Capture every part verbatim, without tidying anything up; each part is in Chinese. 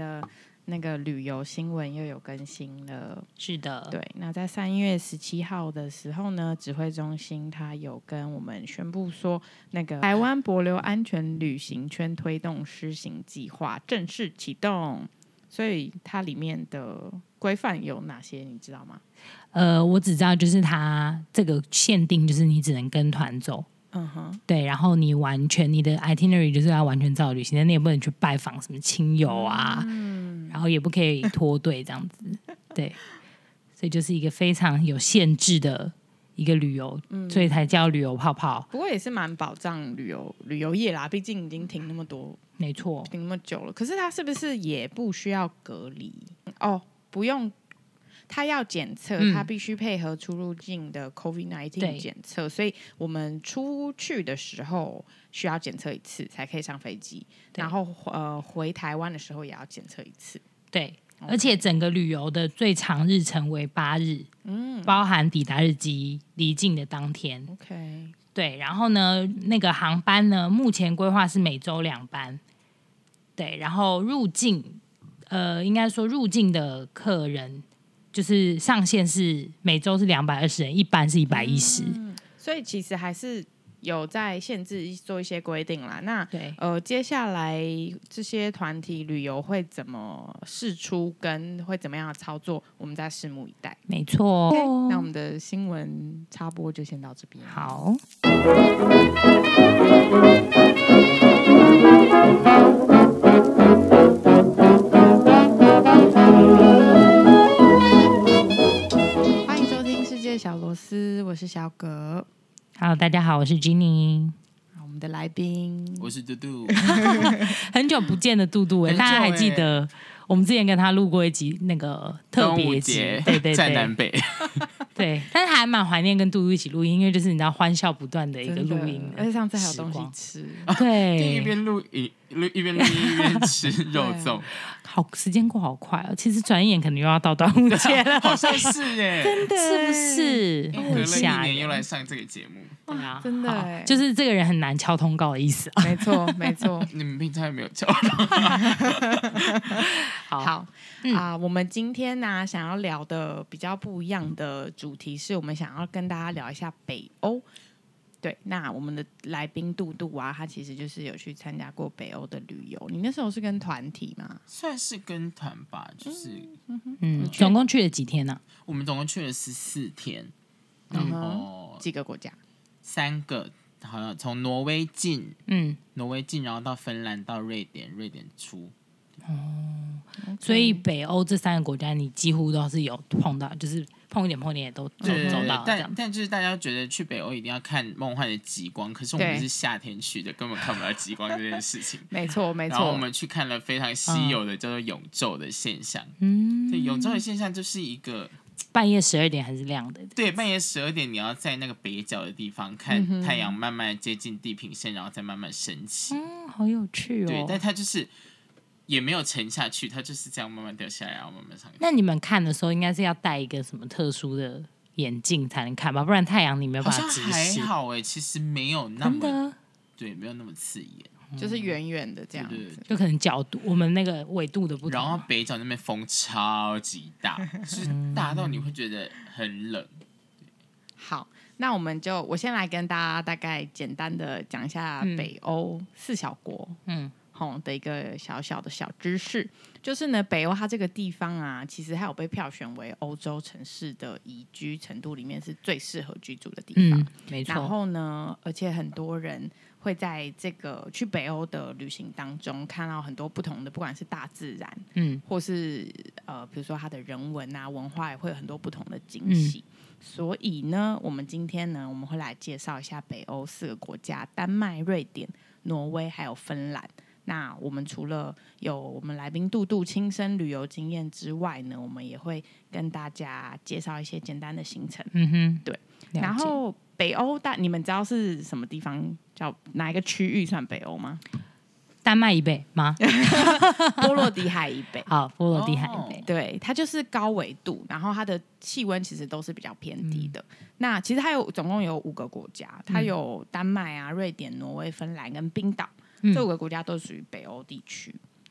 的那个旅游新闻又有更新了。 是的， 对。那在三月十七号的时候呢，指挥中心它有跟我们宣布说，那个台湾帛琉安全旅行圈推动施行计划正式启动。所以它里面的规范有哪些，你知道吗？ 呃，我只知道就是它这个限定就是你只能跟团走。 嗯哼， 对，然后你完全你的 itinerary 就是要完全照旅行，但你也不能去拜访什么亲友啊，嗯、然后也不可以脱队这样子，对，所以就是一个非常有限制的一个旅游，嗯、所以才叫旅游泡泡。 不过也是蛮保障旅游旅游业啦，毕竟已经停那么多， 没错， 停那么久了。可是它是不是也不需要隔离？哦，不用。他要检测，他、嗯、必须配合出入境的 COVID 十九 检测，所以我们出去的时候需要检测一次才可以上飞机，然后呃回台湾的时候也要检测一次。 对， okay. 而且整个旅游的最长日程为八日，嗯，包含抵达日及离境的当天。 OK， 对，然后呢，那个航班呢，目前规划是每周两班。对，然后入境，呃，应该说入境的客人。就是上限是每周是两百二十人，一般是一百一十， 所以其实还是有在限制做一些规定啦。那对， 呃，接下来这些团体旅游会怎么释出，跟会怎么样的操作，我们再拭目以待。 没错。 Okay, 那我们的新闻插播就先到这边。 好。 小螺丝，我是小葛。 Hello， 大家好，我是 Jenny。 我们的来宾， 我是嘟嘟。 很久不见的嘟嘟，哎，大家还记得我们之前跟他录过一集那个特别集，对对对， 在南北。 对，但是还蛮怀念跟嘟嘟一起录音，因为就是你知道欢笑不断的一个录音， 而且上次还有东西吃， 对， 一边录一一边录音一边吃肉粽， 好，时间过好快哦。其实转眼可能又要到端午节了， 好像是耶， 真的是不是？ 隔了一年又来上这个节目， 对啊， 真的耶， 就是这个人很难敲通告的意思啊。 没错，没错。 你们平常也没有敲。 好啊、嗯呃，我们今天呢、啊、想要聊的比较不一样的主题是，我们想要跟大家聊一下北欧。对，那我们的来宾杜杜啊，他其实就是有去参加过北欧的旅游。你那时候是跟团体吗？ 算是跟团吧，就是嗯，嗯总共去了几天呢、啊？ 我们总共去了十四天，然后、 嗯、几个国家？ 三个，好像从挪威进，嗯，挪威进，然后到芬兰，到瑞典，瑞典出。 哦， okay. 所以北欧这三个国家你几乎都是有碰到，就是碰一点碰一点也都走走到。 但但就是大家觉得去北欧一定要看梦幻的极光，可是我们是夏天去的，根本看不到极光这件事情。 没错没错。 然后我们去看了非常稀有的、嗯、叫做永昼的现象。嗯，对，永昼的现象就是一个半夜十二点还是亮的。 对，半夜十二点你要在那个北角的地方看太阳慢慢接近地平线，然后再慢慢升起。 嗯，好有趣哦。 对，但它就是也没有沉下去，它就是这样慢慢掉下来，然后慢慢上去。 那你们看的时候，应该是要戴一个什么特殊的眼镜才能看吧？不然太阳你没有办法直视。 好像还好哎，其实没有那么对，没有那么刺眼， 就是远远的这样子， 对对对， 就可能角度我们那个纬度的不同。 然后北角那边风超级大，就是大到你会觉得很冷。 好，那我们就我先来跟大家大概简单的讲一下北欧四小国，嗯。的一个小小的小知识，就是呢，北欧它这个地方啊，其实还有被票选为欧洲城市的宜居程度里面是最适合居住的地方。 嗯，没错。 然后呢，而且很多人会在这个去北欧的旅行当中看到很多不同的，不管是大自然，嗯，或是呃，比如说它的人文啊、文化，也会有很多不同的惊喜。嗯，所以呢，我们今天呢，我们会来介绍一下北欧四个国家：丹麦、瑞典、挪威还有芬兰。那我们除了有我们来宾杜杜亲身旅游经验之外呢，我们也会跟大家介绍一些简单的行程。嗯哼，对。然后北欧大，你们知道是什么地方叫哪一个区域算北欧吗？ 丹麦以北吗？ 波罗的海以北。 好，波罗的海以北。 哦，对，它就是高纬度，然后它的气温其实都是比较偏低的。嗯，那其实它有总共有五个国家，它有丹麦啊、瑞典、挪威、芬兰跟冰岛。这五个国家都属于北欧地区。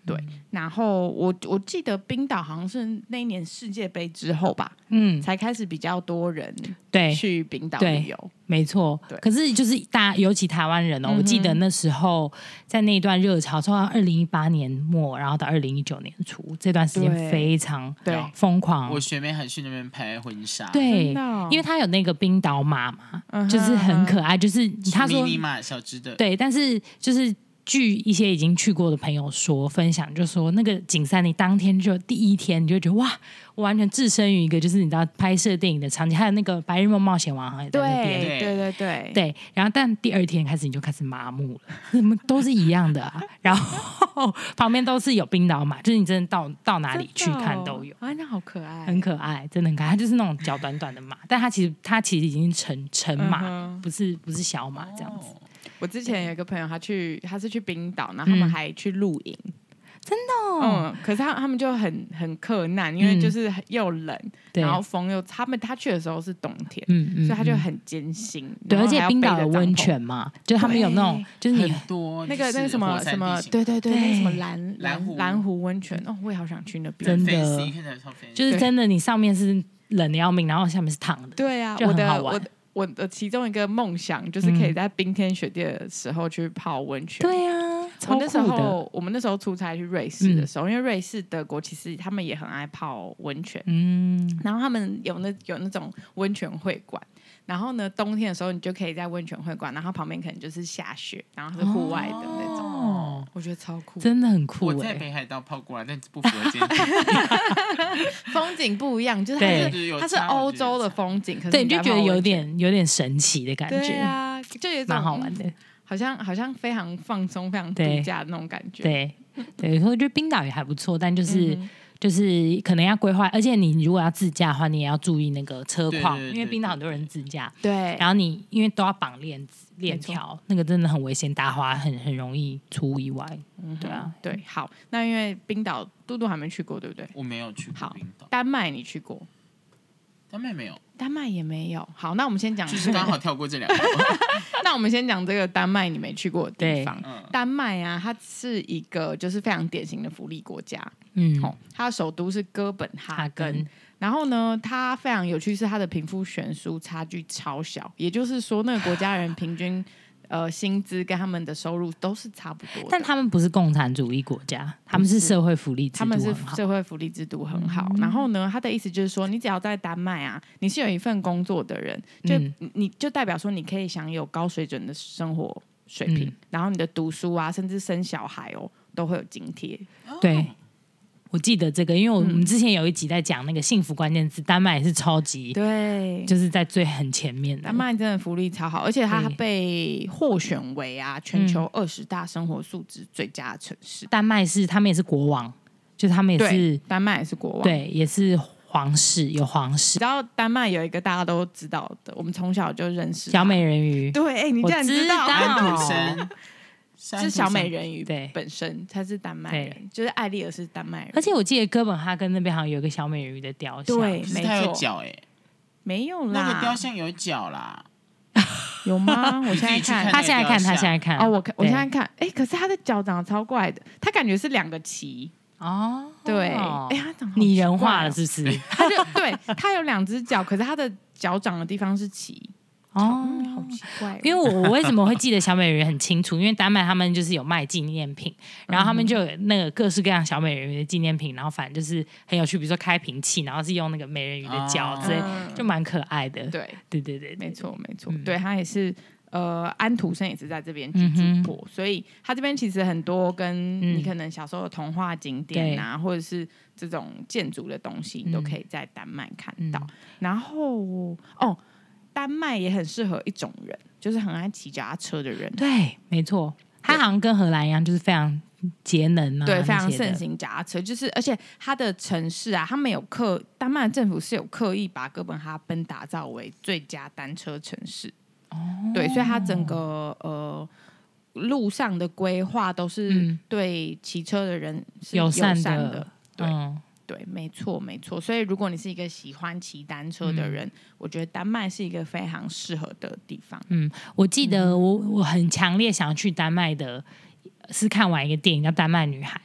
对，然后我我记得冰岛好像是那一年世界杯之后吧， 嗯， 才开始比较多人对去冰岛旅游， 没错。可是就是大家，尤其台湾人哦、嗯，我记得那时候在那一段热潮，从二零一八年末，然后到二零一九年初，这段时间非常疯狂。 我学妹还去那边拍婚纱， 对，哦、因为她有那个冰岛马嘛，嗯、就是很可爱，就是她说迷你马小只的， 对，但是就是。据一些已经去过的朋友说分享，就说那个景山，你当天就第一天你就觉得哇，我完全置身于一个就是你知道拍摄电影的场景，还有那个白日梦冒险王好像也在那边， 对对对对对。然后但第二天开始你就开始麻木了，怎么都是一样的啊？然后旁边都是有冰岛马，就是你真的到到哪里去看都有， 啊，那好可爱， 很可爱，真的很可爱。它就是那种脚短短的马，但它其实它其实已经成成马，嗯、不是不是小马这样子。哦， 我之前有一个朋友，他去他是去冰岛，然后他们还去露营，嗯、 真的、 哦，嗯，可是他他们就很很克难，因为就是又冷，嗯、然后风又，他们他去的时候是冬天，嗯嗯，所以他就很艰辛。 对，而且冰岛有温泉嘛，就他们有那种，就是你很多那个那个什么什么，对对对，那什么蓝蓝湖蓝湖温泉，哦，我也好想去那边， 真的，就是真的，你上面是冷的要命，然后下面是烫的， 对啊， 就很好玩。 我的我的其中一个梦想就是可以在冰天雪地的时候去泡温泉。 对啊，超酷的。 我那时候我们那时候出差去瑞士的时候，嗯、因为瑞士、德国其实他们也很爱泡温泉，嗯，然后他们有那有那种温泉会馆。然后呢，冬天的时候你就可以在温泉会馆，然后旁边可能就是下雪，然后是户外的那种，哦、我觉得超酷， 真的很酷。 我在北海道泡过来，但不符合今天风景不一样，就是它是它是欧洲的风景，可是对，你就觉得有点有点神奇的感觉， 对啊，就有蛮好玩的， 好像好像非常放松、非常度假的那种感觉。 对对，所以我觉得冰岛也还不错，但就是。嗯，就是可能要规划，而且你如果要自驾的话，你也要注意那个车况，因为冰岛很多人自驾， 对， 然后你因为都要绑链子链条，那个真的很危险，打滑很很容易出意外，嗯、对啊， 对，好，那因为冰岛嘟嘟还没去过，对不对？ 我没有去过冰岛。 丹麦你去过？ 丹麦没有， 丹麦也没有。好，那我们先讲， 就是刚好跳过这两个。 那我们先讲这个丹麦你没去过的地方。丹麦啊，它是一个就是非常典型的福利国家。嗯，哦，它的首都是哥本哈根。哈根然后呢，它非常有趣，是它的贫富悬殊差距超小，也就是说，那个国家人平均。呃，薪资跟他们的收入都是差不多的， 但他们不是共产主义国家，他们是社会福利制度很好， 他们是社会福利制度很好。嗯、然后呢，他的意思就是说，你只要在丹麦啊，你是有一份工作的人，就、嗯、你就代表说你可以享有高水准的生活水平，嗯、然后你的读书啊，甚至生小孩哦，都会有津贴。 对。我记得这个，因为我们之前有一集在讲那个幸福关键字，丹麦也是超级对， 就是在最很前面的。 丹麦真的福利超好，而且它被获选为啊全球二十大生活素质最佳的城市。 丹麦是他们也是国王，就是他们也是丹麦也是国王， 对，也是皇室，有皇室。 你知道丹麦有一个大家都知道的，我们从小就认识小美人鱼。 对，哎，你竟然知道？ 安徒生。 是小美人鱼本身，她是丹麦人，就是艾丽儿是丹麦人。 而且我记得哥本哈根那边好像有一个小美人鱼的雕像， 对，没错， 有脚哎， 没有啦， 那个雕像有脚啦， 有吗？我现在看， 他现在看，他现在看哦，我看，我现在看，哎，可是他的脚长得超怪的，他感觉是两个鳍哦，对，哎，他长拟人化了，是不是？ 他就对他有两只脚，可是他的脚长的地方是鳍。哦、嗯，好奇怪、哦！ 因为我我为什么会记得小美人鱼很清楚？因为丹麦他们就是有卖纪念品，然后他们就有那个各式各样小美人鱼的纪念品，然后反正就是很有趣，比如说开瓶器，然后是用那个美人鱼的脚之类，哦、就蛮可爱的。 对对对对， 没错没错，嗯、对他也是呃，安徒生也是在这边居住过，嗯、所以他这边其实很多跟你可能小时候的童话景点啊，嗯、或者是这种建筑的东西，你都可以在丹麦看到。嗯、然后哦。丹麦也很适合一种人，就是很爱骑脚踏车的人。 对，没错，他好像跟荷兰一样，就是非常节能啊， 对，非常盛行脚踏车。就是而且他的城市啊，他们有刻，丹麦政府是有刻意把哥本哈根打造为最佳单车城市。哦，对，所以它整个呃路上的规划都是对骑车的人是友善的，嗯、的对。嗯对，没错，没错。所以，如果你是一个喜欢骑单车的人，嗯、我觉得丹麦是一个非常适合的地方。 嗯，我记得我我很强烈想要去丹麦的，是看完一个电影叫《丹麦女孩》，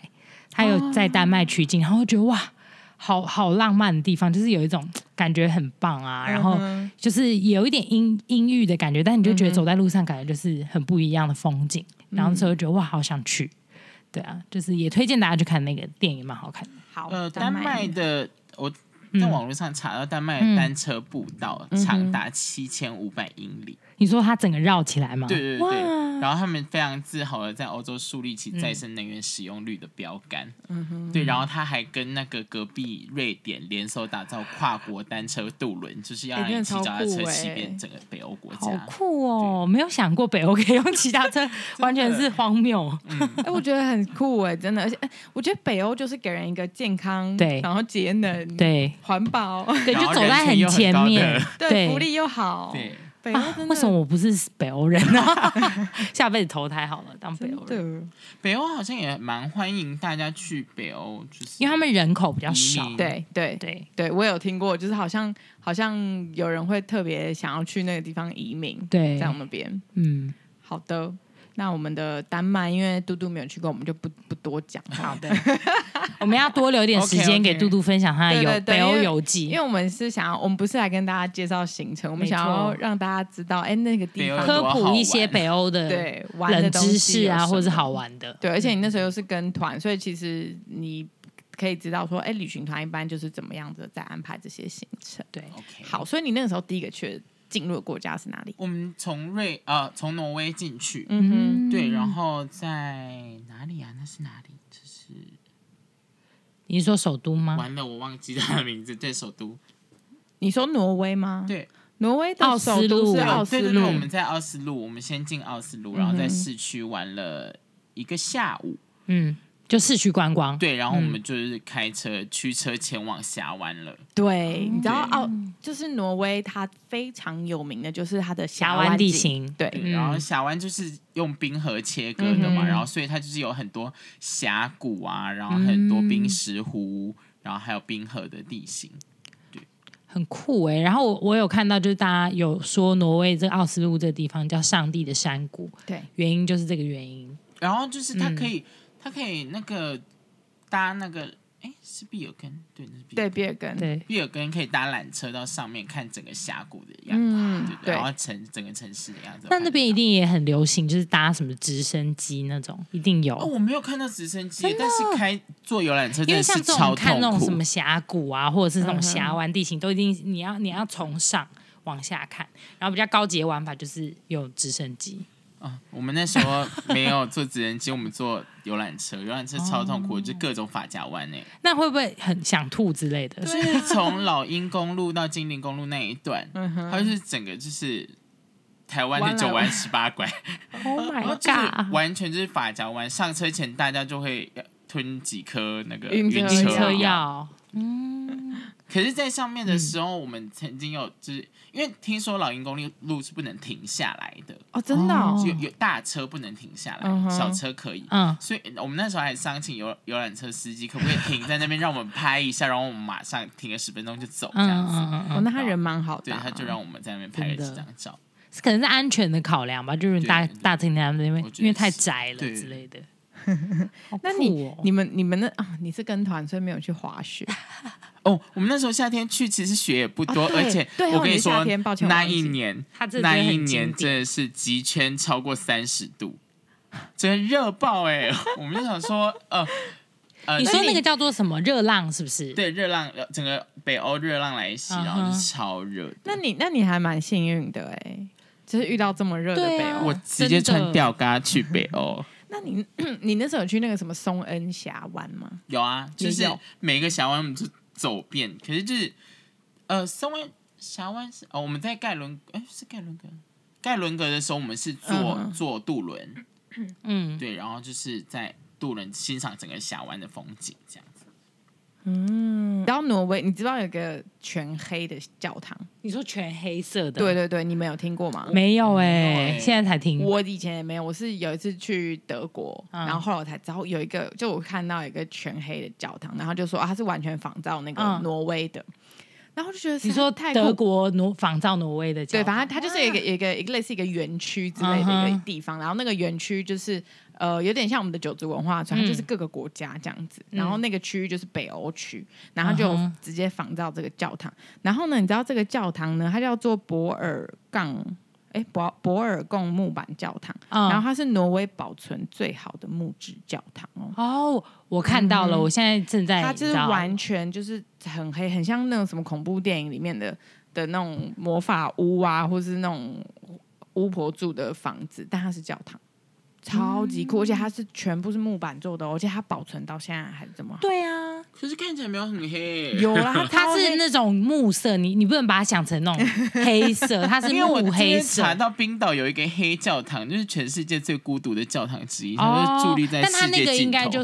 他有在丹麦取景，然后觉得哇，好好浪漫的地方，就是有一种感觉很棒啊，然后就是有一点阴阴郁的感觉，但你就觉得走在路上感觉就是很不一样的风景，然后那时候觉得哇，好想去。对啊，就是也推荐大家去看那个电影，蛮好看的。 好， 呃，丹麦的我在网络上查到，丹麦的单车步道长达七千五百英里。 你说它整个绕起来吗？ 对对对，然后他们非常自豪的在欧洲树立起再生能源使用率的标杆。嗯、对，然后他还跟那个隔壁瑞典联手打造跨国单车渡轮，就是要让你骑脚踏车骑遍整个北欧国家。 好酷哦！没有想过北欧可以用骑脚踏车，完全是荒谬。 哎、嗯欸，我觉得很酷哎，真的，而且、欸、我觉得北欧就是给人一个健康， 对， 然后节能， 对， 环保， 对，就走在很前面， 对，福利又好， 对。 啊、为什么我不是北欧人呢、啊？下辈子投胎好了，当北欧人。 北欧好像也蛮欢迎大家去北欧，就是因为他们人口比较少。 对对对对，我有听过，就是好像好像有人会特别想要去那个地方移民， 对， 在我们那边。 嗯， 好的。那我们的丹麦，因为嘟嘟没有去过，我们就不不多讲。 好的，我们要多留点时间给嘟嘟分享他的游北欧游记， 因为我们是想要，我们不是来跟大家介绍行程，我们想要让大家知道，哎，那个地方科普一些北欧的对冷知识啊，或者是好玩的。 对，而且你那时候又是跟团，所以其实你可以知道说，哎，旅行团一般就是怎么样子在安排这些行程。 对， okay. 好，所以你那个时候第一个去的进入的国家是哪里？ 我们从瑞呃从挪威进去， 嗯哼， 对，然后在哪里啊？那是哪里？就是你是说首都吗？ 完了，我忘记他的名字。对，首都。 你说挪威吗？ 对， 挪威的首都是奥斯陆。 对对对，我们在奥斯陆，我们先进奥斯陆，然后在市区玩了一个下午。 嗯。就市区观光， 对，然后我们就是开车驱车前往峡湾了。 对，你知道奥就是挪威，它非常有名的就是它的峡湾地形。 对， 对，然后峡湾就是用冰河切割的嘛，嗯、然后所以它就是有很多峡谷啊，然后很多冰石湖，嗯、然后还有冰河的地形。对， 很酷哎、欸。然后我我有看到，就是大家有说挪威这个奥斯陆这个地方叫上帝的山谷， 对， 原因就是这个原因。 然后就是它可以。嗯他可以那个搭那个，哎，是比尔根，对，那是比对比尔根， 对比尔根可以搭缆车到上面看整个峡谷的样子， 嗯、 对, 对然后城整个城市的样子。 那那边一定也很流行，就是搭什么直升机那种，一定有。 哦，我没有看到直升机，但是开坐游览车真的是超痛苦。 因为像这种看那种什么峡谷啊，或者是那种峡湾地形，嗯、都一定你要你要从上往下看，然后比较高级的玩法就是有直升机。 哦、我们那时候没有坐直升机，我们坐游览车，游览车超痛苦，哦、就各种发夹弯哎。 那会不会很想吐之类的？ 就是从老鹰公路到金陵公路那一段，它就是整个就是台湾的九弯十八拐。 Oh my god！ 就是完全就是发夹弯，上车前大家就会吞几颗那个晕车车药。嗯。 可是，在上面的时候，嗯、我们曾经有，就是因为听说老鹰公路是不能停下来的哦，真的、哦， 有有大车不能停下来，嗯、小车可以。 嗯， 所以我们那时候还商请游游览车司机，可不可以停在那边让我们拍一下，然后我们马上停个十分钟就走这样子。 嗯嗯嗯哦，那他人蛮好的、 啊，对，他就让我们在那边拍了几张照。 可能是安全的考量吧，就是大大停在那边，因为太窄了之类的。 哦、那你你们你们那啊，你是跟团，所以没有去滑雪。 哦，我们那时候夏天去，其实雪也不多， 哦、 而且我跟你说，那一年那一年真的是极圈超过三十度，真的热爆哎、欸！我们就想说，呃呃， 你说那个叫做什么热浪是不是？ 对，热浪，整个北欧热浪来袭， uh-huh. 然后就超热。 那你那你还蛮幸运的哎、欸，就是遇到这么热的北欧， 啊、 我直接穿吊嘎去北欧。 那你你那时候有去那个什么松恩峡湾吗？ 有啊，就是每一个峡湾我们就走遍，可是就是呃松恩峡湾是哦我们在盖伦哎是盖伦格盖伦格的时候我们是坐、嗯、坐渡轮， 嗯对，然后就是在渡轮欣赏整个峡湾的风景这样子。 嗯，然后挪威，你知道有个全黑的教堂？ 你说全黑色的？ 对对对，你们有听过吗？ 没有哎、欸，现在才听。 我以前也没有，我是有一次去德国，嗯、然后后来我才知道有一个，就我看到一个全黑的教堂，然后就说啊，它是完全仿照那个挪威的。嗯，然后就觉得你说德国挪仿照挪威的教堂， 对，反正它就是一个一个一个类似一个园区之类的一个地方，嗯、然后那个园区就是呃，有点像我们的九族文化村，它就是各个国家这样子，嗯、然后那个区域就是北欧区，然后就直接仿造这个教堂。嗯、然后呢，你知道这个教堂呢，它叫做博尔杠，哎，博博尔贡木板教堂，嗯、然后它是挪威保存最好的木质教堂哦。 哦，我看到了，嗯、我现在正在， 它就是完全就是很黑，很像那种什么恐怖电影里面的的那种魔法屋啊，或是那种巫婆住的房子，但它是教堂。超级酷，而且它是全部是木板做的，而且它保存到现在还是这么好。 对啊， 可是看起来没有很黑。 有啦， 它是那种木色，你你不能把它想成那种黑色，它是木黑色。因为我今天查到冰岛有一个黑教堂，就是全世界最孤独的教堂之一，它、哦、就是伫立在世界尽头。但它那个应该就是，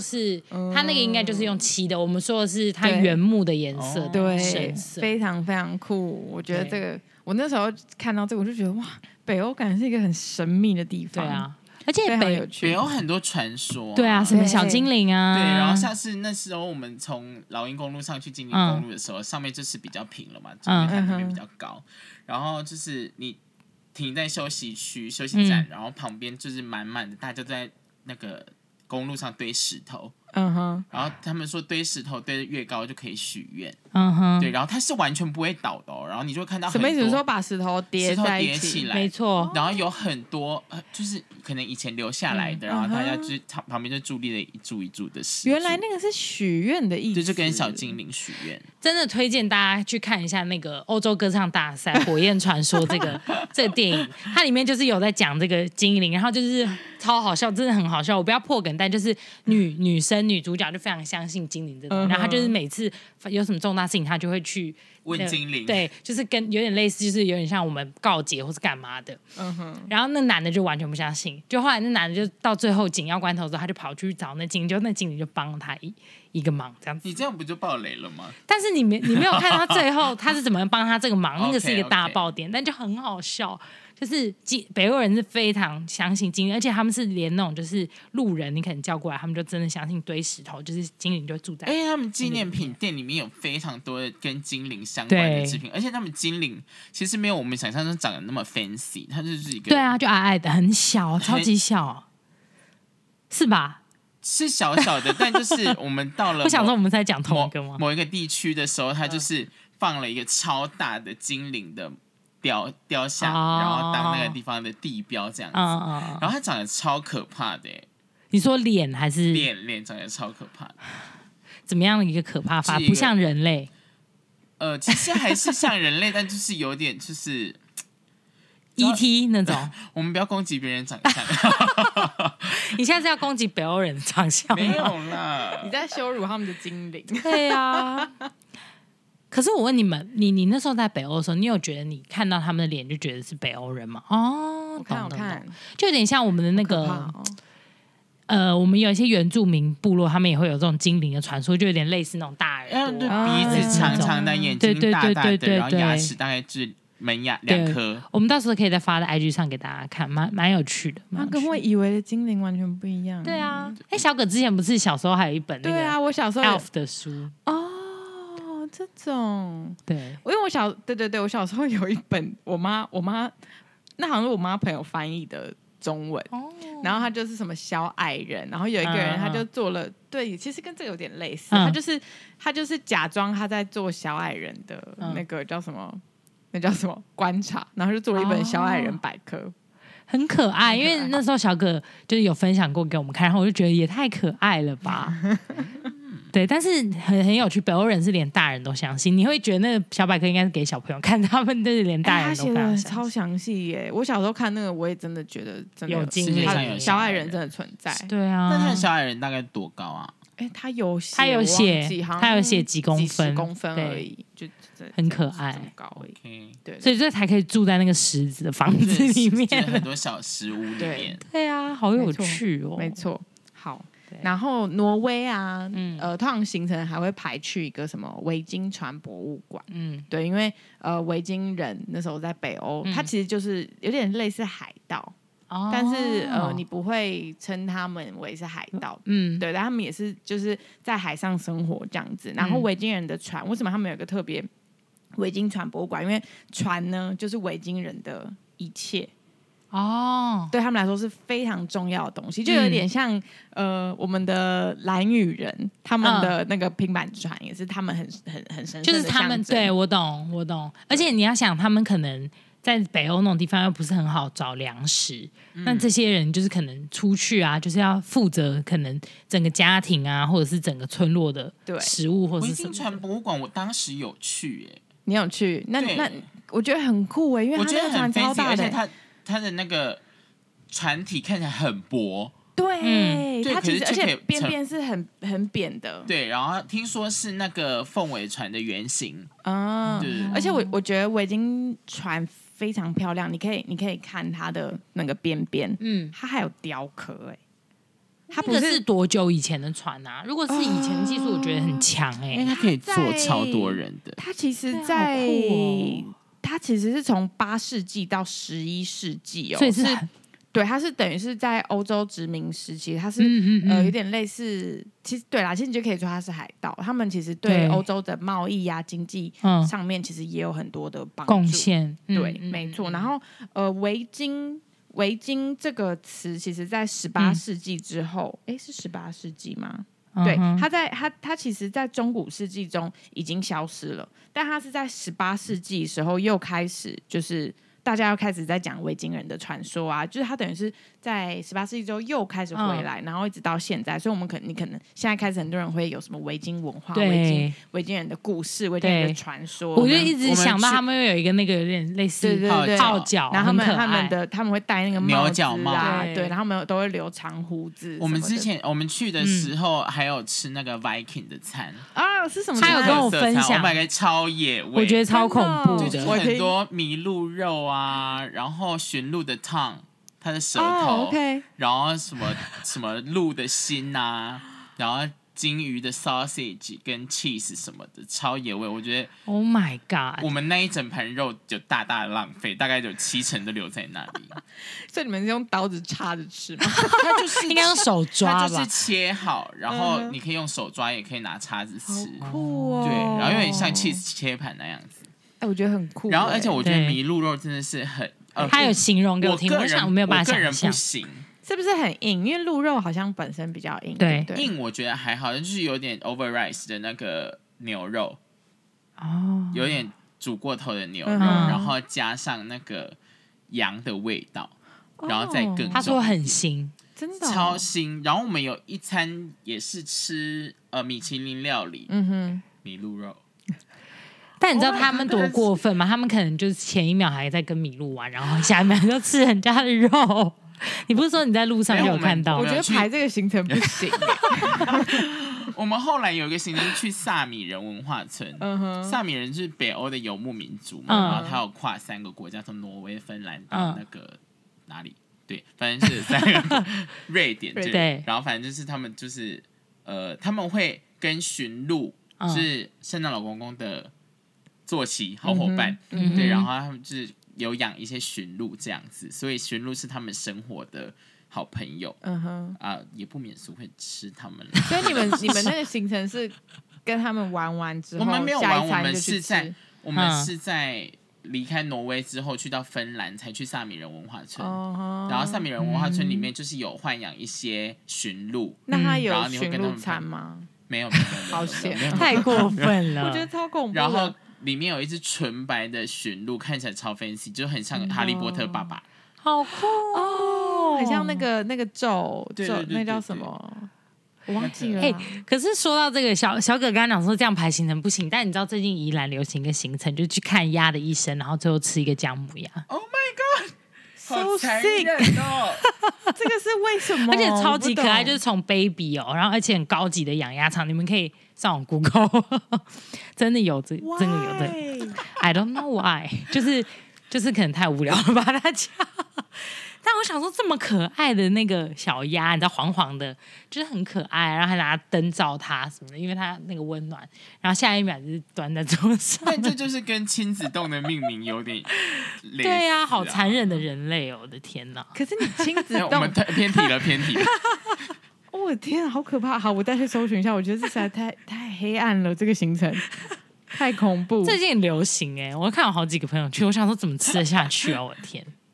它那个应该就是用漆的。我们说的是它原木的颜色， 对，深色非常非常酷。我觉得这个，我那时候看到这个，我就觉得哇，北欧感觉是一个很神秘的地方。 对啊。而且北北有很多传说、啊， 对啊，什么小精灵啊， 对，然后像是那时候我们从老鹰公路上去精灵公路的时候，嗯、上面就是比较平了嘛，中间海平面比较高，嗯、然后就是你停在休息区休息站，嗯、然后旁边就是满满的，大家都在那个公路上堆石头。嗯哼，然后他们说堆石头堆得越高就可以许愿，嗯哼，对，然后它是完全不会倒的哦，然后你就会看到很多什么意思？说把石头叠在一起， 石头叠起来， 没错， 然后有很多就是可能以前留下来的，嗯、然后大家就旁边就伫立了一柱一柱的石。 原来那个是许愿的意思， 就就跟小精灵许愿。 真的推荐大家去看一下那个欧洲歌唱大赛《火焰传说》这个这个电影，它里面就是有在讲这个精灵，然后就是超好笑，真的很好笑。我不要破梗，但就是女女生女主角就非常相信精灵这种，嗯、然后他就是每次有什么重大事情，他就会去问精灵， 对，就是跟有点类似，就是有点像我们告解或是干嘛的。嗯哼。然后那男的就完全不相信，就后来那男的就到最后紧要关头的时候，他就跑去找那精灵，就那精灵就帮了他一一个忙，这样子。 你这样不就爆雷了吗？ 但是你没你没有看到最后他是怎么帮他这个忙，那个是一个大爆点， okay, okay. 但就很好笑。就是北欧人是非常相信精灵，而且他们是连那种就是路人，你可能叫过来，他们就真的相信堆石头，就是精灵就住在。 而且他们纪念品店里面有非常多的跟精灵相关的制品，而且他们精灵其实没有我们想象中长得那么 fancy， 它就是一个对啊，就矮矮的，很小，超级小，是吧？ 是小小的，但就是我们到了， 我想说我们在讲同一个吗？ 某一个地区的时候，它就是放了一个超大的精灵的。雕雕像， oh. 然后当那个地方的地标这样子， oh. 然后它长得超可怕的耶。 你说脸还是脸？脸长得超可怕的。 怎么样的一个可怕法？不像人类。 呃，其实还是像人类，但就是有点就是 E T 那种。 我们不要攻击别人长相。 你现在是要攻击北欧人的长相吗？ 没有啦， 你在羞辱他们的精灵。 对啊。可是我问你们，你你那时候在北欧的时候，你有觉得你看到他们的脸就觉得是北欧人吗？哦， 我看我看， 就有点像我们的那个，哦、呃，我们有一些原住民部落，他们也会有这种精灵的传说，就有点类似那种大耳朵， 鼻子长长的，眼睛大大的，然后牙齿大概是门牙两颗。 我们到时候可以再发在 I G 上给大家看，蛮蛮有趣的。 那跟我以为的精灵完全不一样。 对啊，哎，小葛之前不是小时候还有一本那个对啊，我小时候 Elf 的书哦。这种对， 因为我小对对对，我小时候有一本我妈我妈那好像是我妈朋友翻译的中文，哦、然后他就是什么小矮人，然后有一个人他就做了，嗯、对，其实跟这个有点类似，嗯、他就是他就是假装他在做小矮人的那个叫什么，嗯、那叫什么观察，然后就做了一本小矮人百科。哦很可爱，因为那时候小葛就是有分享过给我们看，然后我就觉得也太可爱了吧。对，但是很很有趣，北欧人是连大人都相信，你会觉得那个小百科应该是给小朋友看，他们就是连大人都相信。欸、他写的超详细耶！我小时候看那个，我也真的觉得真的有经历， 小矮人真的存在。 对啊， 那他的小矮人大概多高啊？ 哎、欸，他有写， 他有写，他有写几公分， 几公分而已，就很可爱， 高而已。 Okay. 对， 所以这才可以住在那个石子的房子里面， 很多小石屋里面。 对啊，好有趣哦。 没错，好。然后挪威啊，嗯、呃，通常行程还会排去一个什么维京船博物馆，嗯，对，因为呃，维京人那时候在北欧，嗯、他其实就是有点类似海盗。哦、但是呃，你不会称他们为是海盗，嗯，对，但他们也是就是在海上生活这样子。然后维京人的船，为什么他们有个特别维京船博物馆？因为船呢，就是维京人的一切， 哦， 对他们来说是非常重要的东西，就有点像、嗯、呃我们的蓝羽人，他们的那个平板船也是他们很很很神圣的象征， 就是他们对我懂我懂，而且你要想，他们可能在北欧那种地方又不是很好找粮食，嗯、那这些人就是可能出去啊，就是要负责可能整个家庭啊，或者是整个村落的食物或者是什么。 维京船博物馆我当时有去耶、欸， 你有去？那那我觉得很酷哎、欸，因为它那个船超大的、欸， 而且它它的那个船体看起来很薄。 对， 嗯、 它其实而且边边是很很扁的。 对，然后听说是那个凤尾船的原型啊、嗯，而且我我觉得维京船非常漂亮，你可以你可以看它的那个边边，嗯，它还有雕刻哎、欸。 它不 是,、那個、是多久以前的船啊？如果是以前的技术，我觉得很强哎、欸， 因为它可以坐超多人的。 它其实在，在、哦、它其实是从八世纪到十一世纪哦， 所以是。 对，它是等于是在欧洲殖民时期，它是、嗯嗯嗯、呃有点类似，其实对啦，其实你就可以说它是海盗，他们其实对欧洲的贸易啊、经济上面其实也有很多的帮助贡献。 对， 嗯、 没错。然后呃，维京维京这个词，其实在十八世纪之后，哎、嗯，是十八世纪吗？嗯、对，它在它它其实，在中古世纪中已经消失了，但它是在十八世纪的时候又开始就是。大家要开始在讲维京人的传说啊，就是他等于是在十八世纪之后又开始回来、嗯，然后一直到现在，所以我们可能你可能现在开始很多人会有什么维京文化、维京维京人的故事、维京人的传说， 我就一直想到他们会有一个那个有点类似号角， 然后他们他们的他们会戴那个帽子啊， 对， 对，然后他们都会留长胡子。 我们之前我们去的时候还有吃那个 Viking 的餐、 嗯、啊，是什么？ 他有跟我分享， 我买个超野味， 我觉得超恐怖的， 就是很多麋鹿肉啊，然后驯鹿的 tongue， 它的舌头， oh, okay. 然后什么什么鹿的心啊，然后金鱼的 sausage 跟 cheese 什么的，超野味。我觉得 ，Oh my god， 我们那一整盘肉就大大的浪费，大概有七成都留在那里。 所以你们是用刀子插着吃吗？ 它就是应该用手抓吧， 它就是切好，然后你可以用手抓，也可以拿叉子吃。 好酷哦！ 对，然后有点像 cheese 切盘那样子。 哎，我觉得很酷。 然后，而且我觉得麋鹿肉真的是很。 呃、他有形容给我听，我想我没有办法想象， 我个人不行， 是不是很硬？因为鹿肉好像本身比较硬， 对， 对硬我觉得还好，就是有点 overrice 的那个牛肉，哦，有点煮过头的牛肉，嗯、然后加上那个羊的味道，哦、然后再更重。 他说很腥， 真的、哦、 超腥。然后我们有一餐也是吃呃米其林料理，嗯哼，麋鹿肉。 但你知道他们多过分吗？ Oh、他们可能就是前一秒还在跟麋鹿玩，然后下一秒就吃人家的肉。你不是说你在路上就有看到？ 我觉得排这个行程不行。 我们后来有一个行程去萨米人文化村，嗯、萨米人是北欧的游牧民族嘛，嗯、然后他有跨三个国家，从挪威、芬兰到那个、嗯、哪里？对，反正是三个瑞典。 对， 然后反正就是他们就是呃，他们会跟驯鹿，就是圣诞老公公的。坐骑好伙伴、嗯，对，然后他们就是有养一些驯鹿这样子，所以驯鹿是他们生活的好朋友，嗯哼，啊，也不免俗会吃他们。 所以你们你们那个行程是跟他们玩完之后， 我们没有玩，我们是在我们是在离开挪威之后去到芬兰才去萨米人文化村，哦、然后萨米人文化村里面就是有豢养一些驯鹿， 那他有驯鹿餐吗？ 没有，没有， 好险， 太过分了， 我觉得超恐怖。 然后。里面有一只纯白的驯鹿，看起来超 fancy， 就很像哈利波特爸爸， 好酷哦，很像那个那个咒咒，那叫什么？我忘记了、啊。 Hey, 可是说到这个，小小葛刚刚讲说这样排行程不行，但你知道最近宜兰流行一个行程，就去看鸭的一生，然后最后吃一个姜母鸭。 Oh my god！ 好残忍哦！ 这个是为什么？ 而且超级可爱，就是从 baby 哦，然后而且很高级的养鸭场，你们可以上网 Google， 真的有这，真的有这。I don't know why， 就是就是可能太无聊了吧，大家。但我想说，这么可爱的那个小鸭，你知道黄黄的，就是很可爱，然后还拿灯照它什么的，因为它那个温暖。然后下一秒就是端在桌上。 但这就是跟亲子洞的命名有点类似、啊。 对呀、啊，好残忍的人类哦！我的天哪！ 可是你亲子洞， 我们偏题了，偏题了。 我的天啊，好可怕！好，我再去搜寻一下。我觉得这实在太太黑暗了，这个行程太恐怖。 最近很流行哎、欸，我看有好几个朋友去，我想说怎么吃得下去啊？我的天！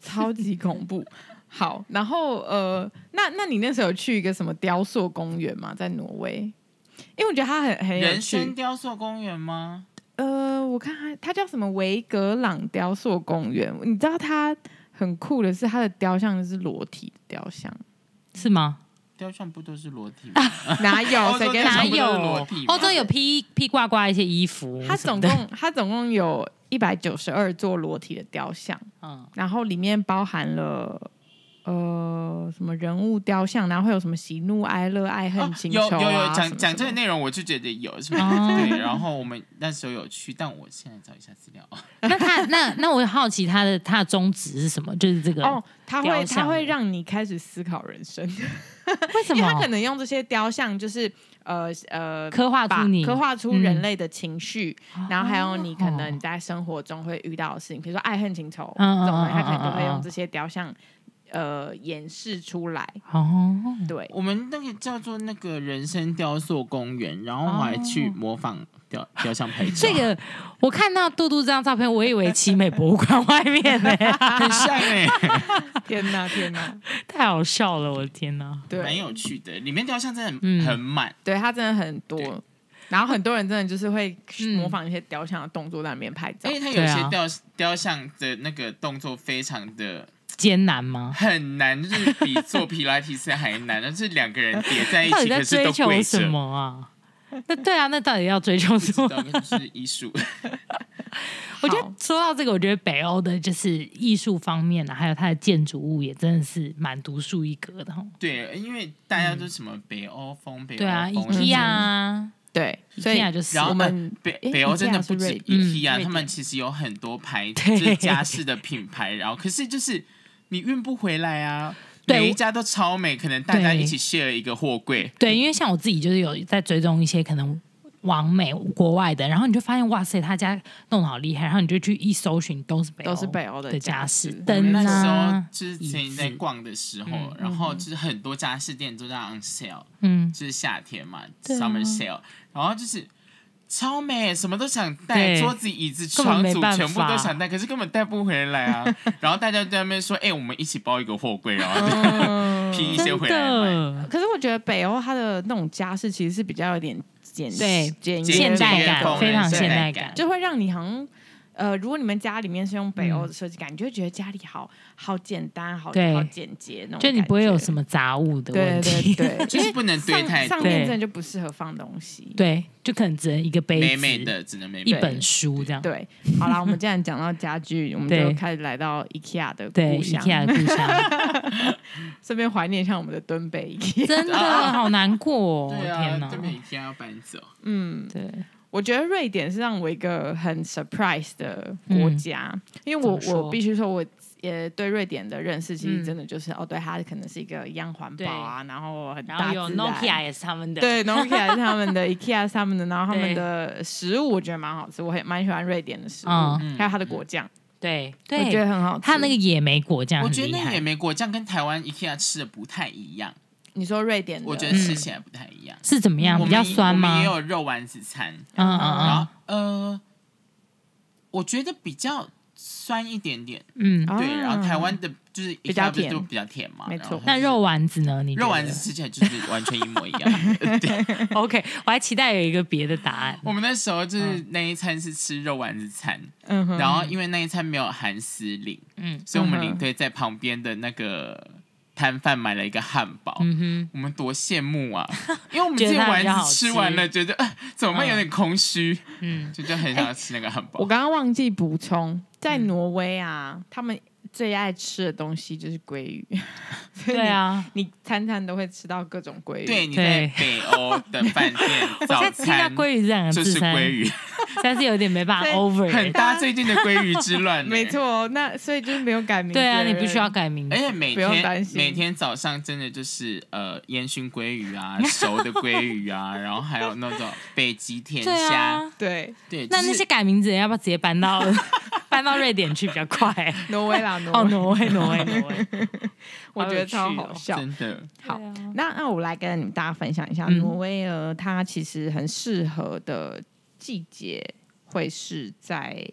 超级恐怖。好，然后呃，那那你那时候有去一个什么雕塑公园吗？在挪威？因为我觉得它很很有趣。 人生雕塑公园吗？ 呃，我看它它叫什么维格朗雕塑公园。你知道它很酷的是，它的雕像是裸体的雕像， 是吗？ 雕像不都是裸体吗？ 哪有？谁跟哪有？欧洲有披披挂挂一些衣服。 它总共它总共有一百九十二座裸体的雕像，嗯，然后里面包含了呃什么人物雕像，然后会有什么喜怒哀乐、爱恨情仇、啊哦、有有有讲讲这个内容，我就觉得有，是不是？哦、对，然后我们那时候有去，但我现在找一下资料。 那他那那我好奇他的他的宗旨是什么？就是这个哦，他会他会让你开始思考人生。 为什么？ 因为他可能用这些雕像，就是呃呃， 刻画出你刻画出人类的情绪，嗯、然后还有你可能你在生活中会遇到的事情，比如说爱恨情仇、嗯、这种东西，他可能就会用这些雕像呃演示出来。哦，对， 我们那个叫做那个人生雕塑公园，然后我还去模仿雕雕像拍照。 这个我看到杜杜这张照片，我以为奇美博物馆外面呢、欸， 很像哎、欸！ 天哪天哪， 太好笑了！我的天哪， 对，蛮有趣的，里面雕像真的很很满、嗯， 对，它真的很多。然后很多人真的就是会模仿一些雕像的动作在那边拍照， 因为它有些雕、啊、雕像的那个动作非常的艰难吗？ 很难，就是比做皮拉提斯还难，就是两个人叠在一起， 到底在追求可是都什么啊？那对啊，那到底要追求什么？ 就是艺术。 我觉得说到这个，我觉得北欧的就是艺术方面啊，还有它的建筑物也真的是蛮独树一格的。 对，因为大家都什么北欧风、嗯、北欧风， 对啊 ，IKEA 啊。 对， 所以就是然后我们北北欧真的不止 IKEA，、嗯、他们其实有很多牌就是家饰的品牌，然后可是就是你运不回来啊。每一家都超美，可能大家一起 share 一个货柜。 对，因为像我自己就是有在追踪一些可能网美国外的，然后你就发现哇塞，他家弄得好厉害，然后你就去一搜寻都是北欧都是北欧的家饰灯啊。那时候就是之前在逛的时候，嗯、然后就是很多家饰店都在 on sale，嗯，就是夏天嘛、啊、，summer sale， 然后就是。超美，什么都想带，桌子、椅子、床组全部都想带，可是根本带不回来啊！然后大家在那边说：“哎、欸，我们一起包一个货柜，然后就批一些回来买。” 可是我觉得北欧它的那种家饰其实是比较有点简对简现代感，非常现代感， 就会让你好像。呃，如果你们家里面是用北欧的设计感、嗯，你就会觉得家里好好简单，好好简洁那种， 就你不会有什么杂物的问题，对对对， 就是不能堆太多，上面真的就不适合放东西， 对，就可能只能一个杯子， 美美的只能美美一本书这样。 对，好啦，我们既然讲到家具，我们就开始来到 IKEA 的故乡 ，IKEA 的故乡， 顺便怀念一下我们的敦北 IKEA， 真的好难过、哦， 对啊， 天哪， 敦北 IKEA 要搬走， 嗯， 对。 我觉得瑞典是让我一个很 surprise 的国家，嗯、因为我我必须说，我也对瑞典的认识其实真的就是、嗯、哦，对，它可能是一个一样环保啊，然后很大自然， 然后有 Nokia 也是他们的， 对 Nokia 是他们的，IKEA 是他们的，然后他们的食物我觉得蛮好吃，我很蛮喜欢瑞典的食物，嗯、还有它的果酱。 对， 对，我觉得很好吃。 它那个野莓果酱， 我觉得那个野莓果酱跟台湾 IKEA 吃的不太一样。 你说瑞典的， 我觉得吃起来不太一样， 嗯、是怎么样？比较酸吗？ 我们也有肉丸子餐， 嗯嗯嗯， 然后呃，我觉得比较酸一点点，嗯，对。然后台湾的就是比较甜， 就比较甜嘛， 没错。 那肉丸子呢？你肉丸子吃起来就是完全一模一样。对 ，OK， 我还期待有一个别的答案。 我们那时候就是那一餐是吃肉丸子餐，嗯，然后因为那一餐没有含司令，嗯，所以我们领队在旁边的那个。摊贩买了一个汉堡、嗯，我们多羡慕啊！因为我们这些丸子吃完了，觉得呃怎么办有点空虚，嗯，就就很想要吃那个汉堡。 我刚刚忘记补充，在挪威啊，嗯、他们最爱吃的东西就是鲑鱼。 对啊， 你餐餐都会吃到各种鲑鱼。 对，你在北欧的饭店早餐鲑鱼这两个字就是鲑鱼， 但是有点没办法 over， 很搭最近的鲑鱼之乱、欸。 没错，那所以就是没有改名字。 对啊，你不需要改名字， 而且每天每天早上真的就是呃烟熏鲑鱼啊，熟的鲑鱼啊，然后还有那种北极甜虾。 对对， 那那些改名字要不要直接搬到搬到瑞典去比较快、欸？ 挪威啦，挪威，哦，挪威，挪威，挪威。 我觉得超好笑， 真的好。啊、那那我来跟大家分享一下，嗯、挪威呃，它其实很适合的季节会是在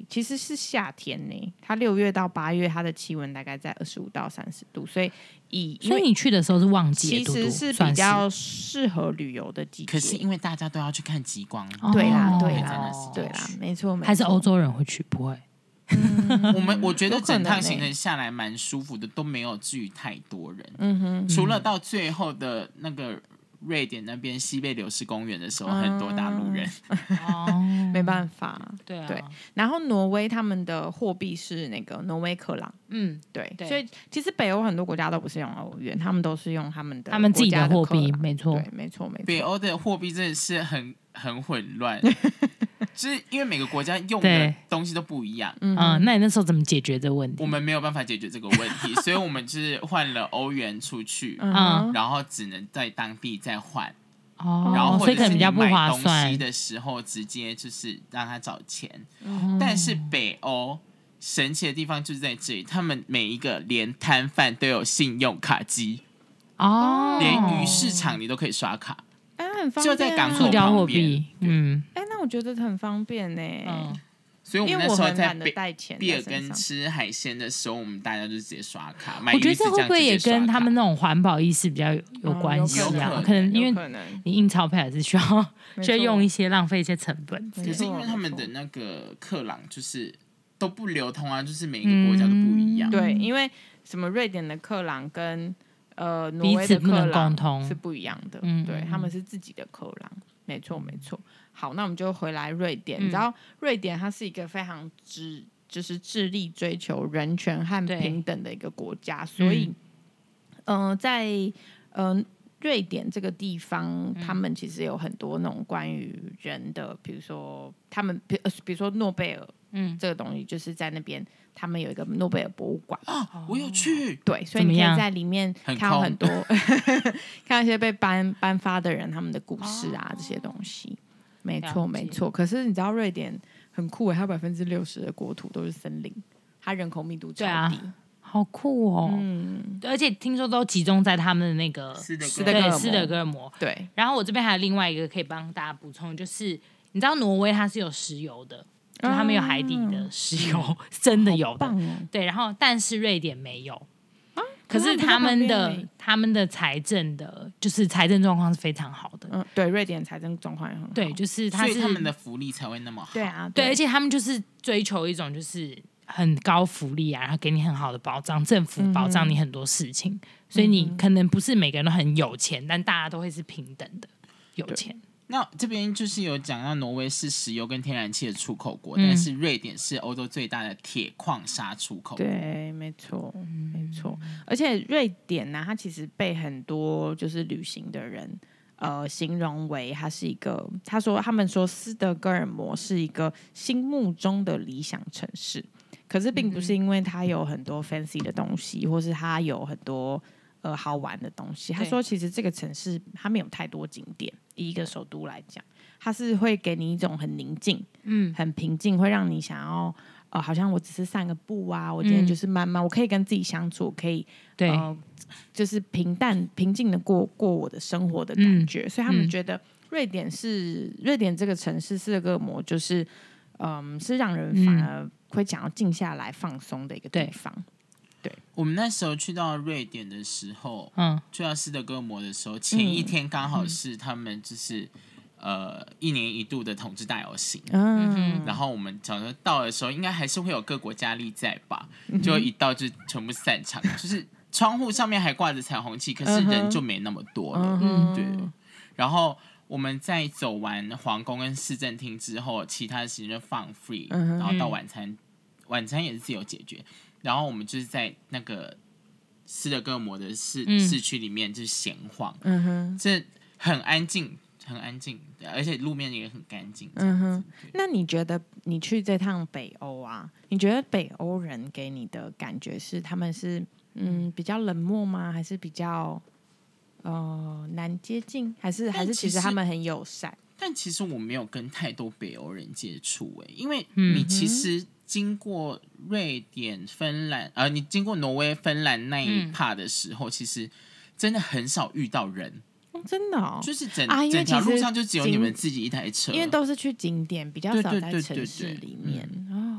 其实是夏天呢，它六月到八月它的气温大概在二十五到三十度，所以以所以你去的时候是旺季， 其实是比较适合旅游的季节。 可是因为大家都要去看极光， 哦、对啦对啦、 哦、 对啦，没错， 还是欧洲人会去，不会。 嗯、 我们我觉得整趟行程下来蛮舒服的，都没有至于太多人。 嗯哼， 除了到最后的那个瑞典那边西贝柳士公园的时候，嗯、很多大陆人。 哦，没办法， 对啊。 对，然后挪威他们的货币是那个挪威克朗， 嗯， 对， 对所以其实北欧很多国家都不是用欧元，他们都是用他们的他们自己的货币，没错， 对，没错，没错。 北欧的货币真的是很很混乱。就是因为每个国家用的东西都不一样， 嗯、呃，那你那时候怎么解决这个问题？ 我们没有办法解决这个问题，所以我们就是换了欧元出去， 嗯， 然后只能在当地再换， 哦， 然后或者是你买东西西的时候直接就是让他找钱。嗯、但是北欧神奇的地方就是在这里，他们每一个连摊贩都有信用卡机， 哦， 连鱼市场你都可以刷卡。 哎、很方便、啊， 就在港口旁边， 嗯， 哎、欸，那我觉得很方便呢、欸。 嗯，所以我们那时候在比尔根吃海鲜的时候，我们大家就直接刷卡。 我觉得这会不会也跟他们那种环保意识比较有关系啊？ 嗯、 可能因为你印钞票还是需要需要用一些浪费一些成本。 可是因为他们的那个克朗就是都不流通啊，就是每一个国家都不一样。 嗯、对，因为什么瑞典的克朗跟呃，挪威的克朗是不一样的，嗯、对，他们是自己的克朗，没错没错。好，那我们就回来瑞典。嗯、你知道，瑞典它是一个非常致就是致力追求人权和平等的一个国家，所以，嗯、呃，在呃瑞典这个地方，嗯、他们其实有很多那种关于人的，比如说他们，比比如说诺贝尔。嗯，这个东西就是在那边，他们有一个诺贝尔博物馆啊，我有去。 对，所以你可以在里面看到很多，看到一些被颁颁发的人他们的故事啊，哦、这些东西。没错，没错。可是你知道瑞典很酷诶，它百分之六十的国土都是森林，它人口密度超低， 啊、好酷哦。嗯，而且听说都集中在他们的那个斯德哥尔摩， 斯德哥尔摩。 对。 然后我这边还有另外一个可以帮大家补充，就是你知道挪威它是有石油的。就他们有海底的石油，嗯、真的有的， 哦、 对。然后，但是瑞典没有，啊、可是他们的他们的财政的，就是财政状况是非常好的。 嗯，对，瑞典财政状况也很好。 对，就是他是所以他们的福利才会那么好。 对啊， 对，而且他们就是追求一种就是很高福利啊，然后给你很好的保障，政府保障你很多事情，嗯、所以你可能不是每个人都很有钱，但大家都会是平等的有钱。 那这边就是有讲到挪威是石油跟天然气的出口国，嗯、但是瑞典是欧洲最大的铁矿砂出口国。 对，没错，没错。而且瑞典呢、啊，它其实被很多就是旅行的人呃形容为它是一个，他说他们说斯德哥尔摩是一个心目中的理想城市，可是并不是因为它有很多 fancy 的东西，或是它有很多。呃，好玩的东西。他说，其实这个城市它没有太多景点，以一个首都来讲，它是会给你一种很宁静、嗯，很平静，会让你想要呃，好像我只是散个步啊，我今天就是慢慢，嗯、我可以跟自己相处，可以对、 呃，就是平淡、平静的过过我的生活的感觉。嗯、所以他们觉得瑞典是瑞典这个城市，斯德哥尔摩就是嗯，是让人反而会想要静下来放松的一个地方。对， 我们那时候去到瑞典的时候，嗯，去到斯德哥尔摩的时候，前一天刚好是他们就是、嗯、呃一年一度的同志大游行，嗯，然后我们想说到的时候，应该还是会有各国佳丽在吧，就一到就全部散场，嗯、就是窗户上面还挂着彩虹旗，可是人就没那么多了，嗯，对。然后我们在走完皇宫跟市政厅之后，其他的时间就放 free，嗯、然后到晚餐，晚餐也是自由解决。然后我们就是在那个斯德哥尔摩的市、嗯、市区里面就是闲晃，嗯哼，这很安静，很安静，而且路面也很干净。嗯哼， 那你觉得你去这趟北欧啊？你觉得北欧人给你的感觉是他们是嗯比较冷漠吗？还是比较呃难接近？还是还是其实他们很友善？ 但其实我没有跟太多北欧人接触哎、欸，因为你其实。经过瑞典、芬兰，呃，你经过挪威、芬兰那一趴的时候，嗯、其实真的很少遇到人， 哦、真的哦， 就是整、 啊、 整条路上就只有你们自己一台车， 因为都是去景点，比较少在城市里面。哦，好像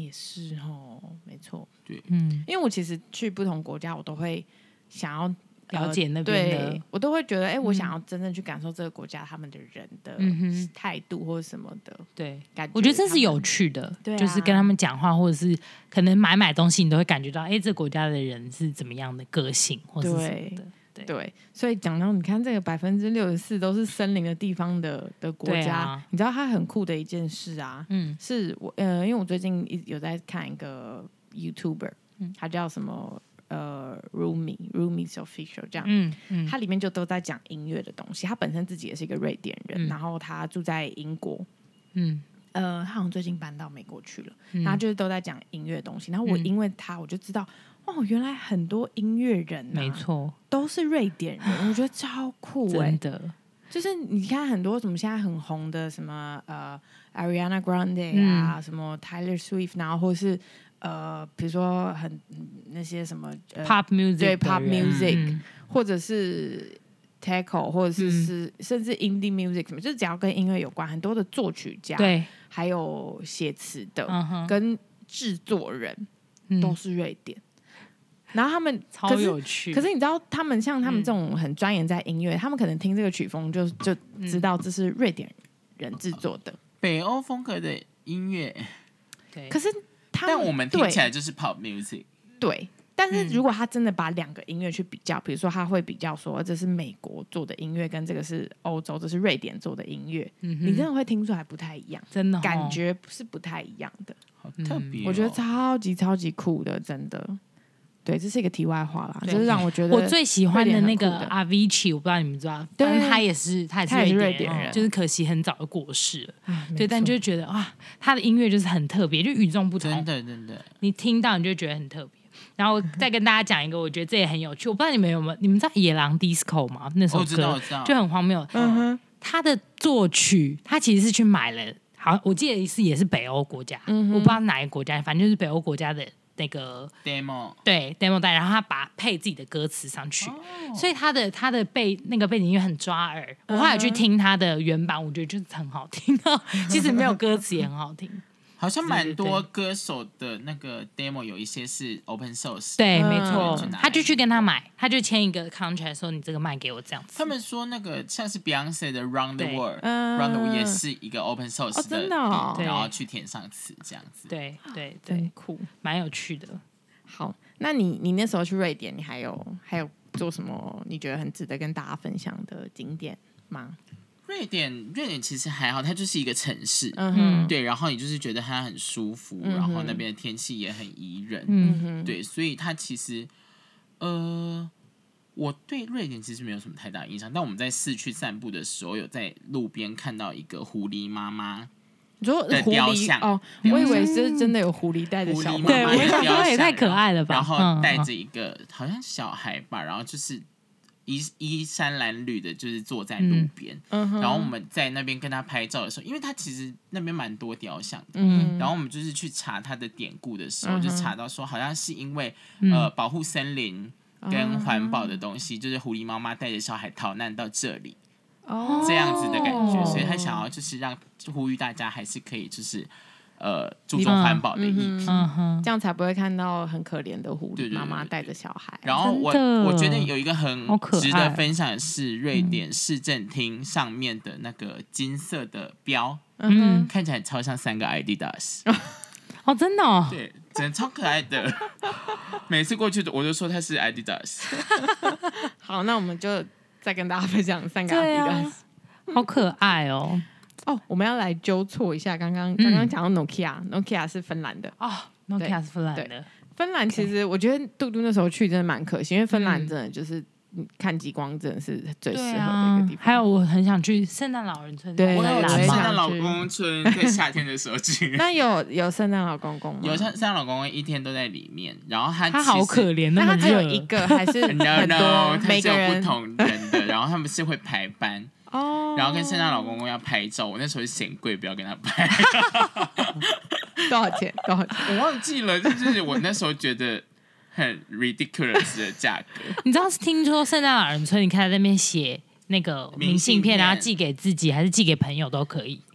也是哦，没错。 对， 嗯， 因为我其实去不同国家，我都会想要了解那边的， 对我都会觉得，哎、欸，我想要真正去感受这个国家他们的人的态度或者什么的， 对， 感觉我觉得这是有趣的， 对、啊， 就是跟他们讲话，或者是可能买买东西，你都会感觉到，哎、欸，这个国家的人是怎么样的个性，或是什么的。对, 对，所以讲到你看这个百分之六十四都是森林的地方的的国家，啊、你知道它很酷的一件事啊，嗯，是我呃，因为我最近有在看一个 YouTuber，嗯，他叫什么？呃 ，Rumi Rumi's Official 这样，嗯嗯，他里面就都在讲音乐的东西。他本身自己也是一个瑞典人，嗯、然后他住在英国，嗯，呃，他好像最近搬到美国去了。嗯、然后就是都在讲音乐的东西。然后我因为他，我就知道，哦，原来很多音乐人、啊， 没错， 都是瑞典人，我觉得超酷、欸， 真的。 就是你看很多什么现在很红的什么呃 Ariana Grande 啊，嗯、什么 Taylor Swift， 然后或是。呃，比如说很那些什么、呃、 pop music， 对 pop music，、嗯、或者是 techno， 或者是、嗯、是甚至 indie music， 什么，就是只要跟音乐有关，很多的作曲家， 对， 还有写词的、 嗯、 跟制作人、嗯、都是瑞典。然后他们超有趣， 可是，可是你知道，他们像他们这种很钻研在音乐，嗯、他们可能听这个曲风就就知道这是瑞典人制作的、嗯、 北欧风格的音乐。 对，可是。 但我们听起来就是 pop music， 对。但是如果他真的把两个音乐去比较，嗯、比如说他会比较说这是美国做的音乐，跟这个是欧洲，这是瑞典做的音乐，嗯、你真的会听出来不太一样， 真的、哦、 感觉是不太一样的， 好特别、哦嗯。 我觉得超级超级酷的，真的。对，这是一个题外话啦，就是让我觉得我最喜欢的那个 Avicii， 我不知道你们知道，但他也是他也是瑞典人，就是可惜很早就过世了。对，但就觉得啊，他的音乐就是很特别，就与众不同， 真的真的， 你听到你就觉得很特别。然后再跟大家讲一个，我觉得这也很有趣，我不知道你们有没有，你们知道野狼 Disco 吗？那首歌就很荒谬。嗯哼，他的作曲他其实是去买了，好，我记得是也是北欧国家，嗯、我不知道哪一个国家，反正就是北欧国家的。那个 demo 对 demo 带，然后他把配自己的歌词上去， oh. 所以他的他的背那个背景音乐很抓耳。Uh-huh. 我后来去听他的原版，我觉得就是很好听哦，其实没有歌词也很好听。 好像蛮多歌手的那个 demo 有一些是 open source， 对，没错，他就去跟他买，他就签一个 contract 说你这个卖给我这样子。 他们说那个像是 Beyonce 的 Round the World，Round the World 也是一个 open source 的， 哦真的哦， 然后去填上词这样子。 对对对， 真酷， 蛮有趣的。 好，那你你那时候去瑞典，你还有还有做什么你觉得很值得跟大家分享的景点吗？ 瑞典，瑞典其实还好，它就是一个城市，嗯哼，对，然后你就是觉得它很舒服，嗯、然后那边的天气也很宜人，嗯哼，对，所以它其实，呃，我对瑞典其实没有什么太大印象，但我们在市区散步的时候，有在路边看到一个狐狸妈妈的雕像哦，我以为是真的有狐狸带着小猫，对， 我想说也太可爱了吧， 然后带着一个、嗯、好像小孩吧，然后就是。衣衣衫褴褛的，就是坐在路边、嗯，然后我们在那边跟他拍照的时候，因为他其实那边蛮多雕像的、嗯，然后我们就是去查他的典故的时候，嗯、就查到说好像是因为、嗯、呃保护森林跟环保的东西，嗯、就是狐狸妈妈带着小孩逃难到这里，哦，这样子的感觉，所以他想要就是让呼吁大家还是可以就是。呃，注重环保的议题、 嗯嗯，这样才不会看到很可怜的狐狸妈妈带着小孩。 然后我我觉得有一个很值得分享的是，瑞典市政厅上面的那个金色的标，嗯，看起来超像三个 Adidas。 哦，真的哦， 对，真的超可爱的。每次过去我就说它是 Adidas。 好，那我们就再跟大家分享三个 Adidas，、啊、 好可爱哦。 哦，我们要来纠错一下，刚刚刚刚讲到 Nokia，Nokia、嗯、是芬兰的哦 ，Nokia 是芬兰的。 芬兰其实我觉得杜杜那时候去真的蛮可惜，因为芬兰真的就是看极光真的是最适合的一个地方。 啊、还有我很想去圣诞老人村， 对， 我有去圣诞老公公村，在夏天的时候去。 那有有圣诞老公公吗？ 有圣诞老公公一天都在里面，然后他他好可怜，那他只有一个还是很多 no, no, 每个人他是有不同人的，然后他们是会排班。哦、oh ，然后跟圣诞老公公要拍照，我那时候嫌贵，不要跟他拍。 多少钱？多少钱？ 我忘记了，就是我那时候觉得很 ridiculous 的价格。 你知道是听说圣诞老人村，你可以在那边写那个明信片，然后寄给自己还是寄给朋友都可以。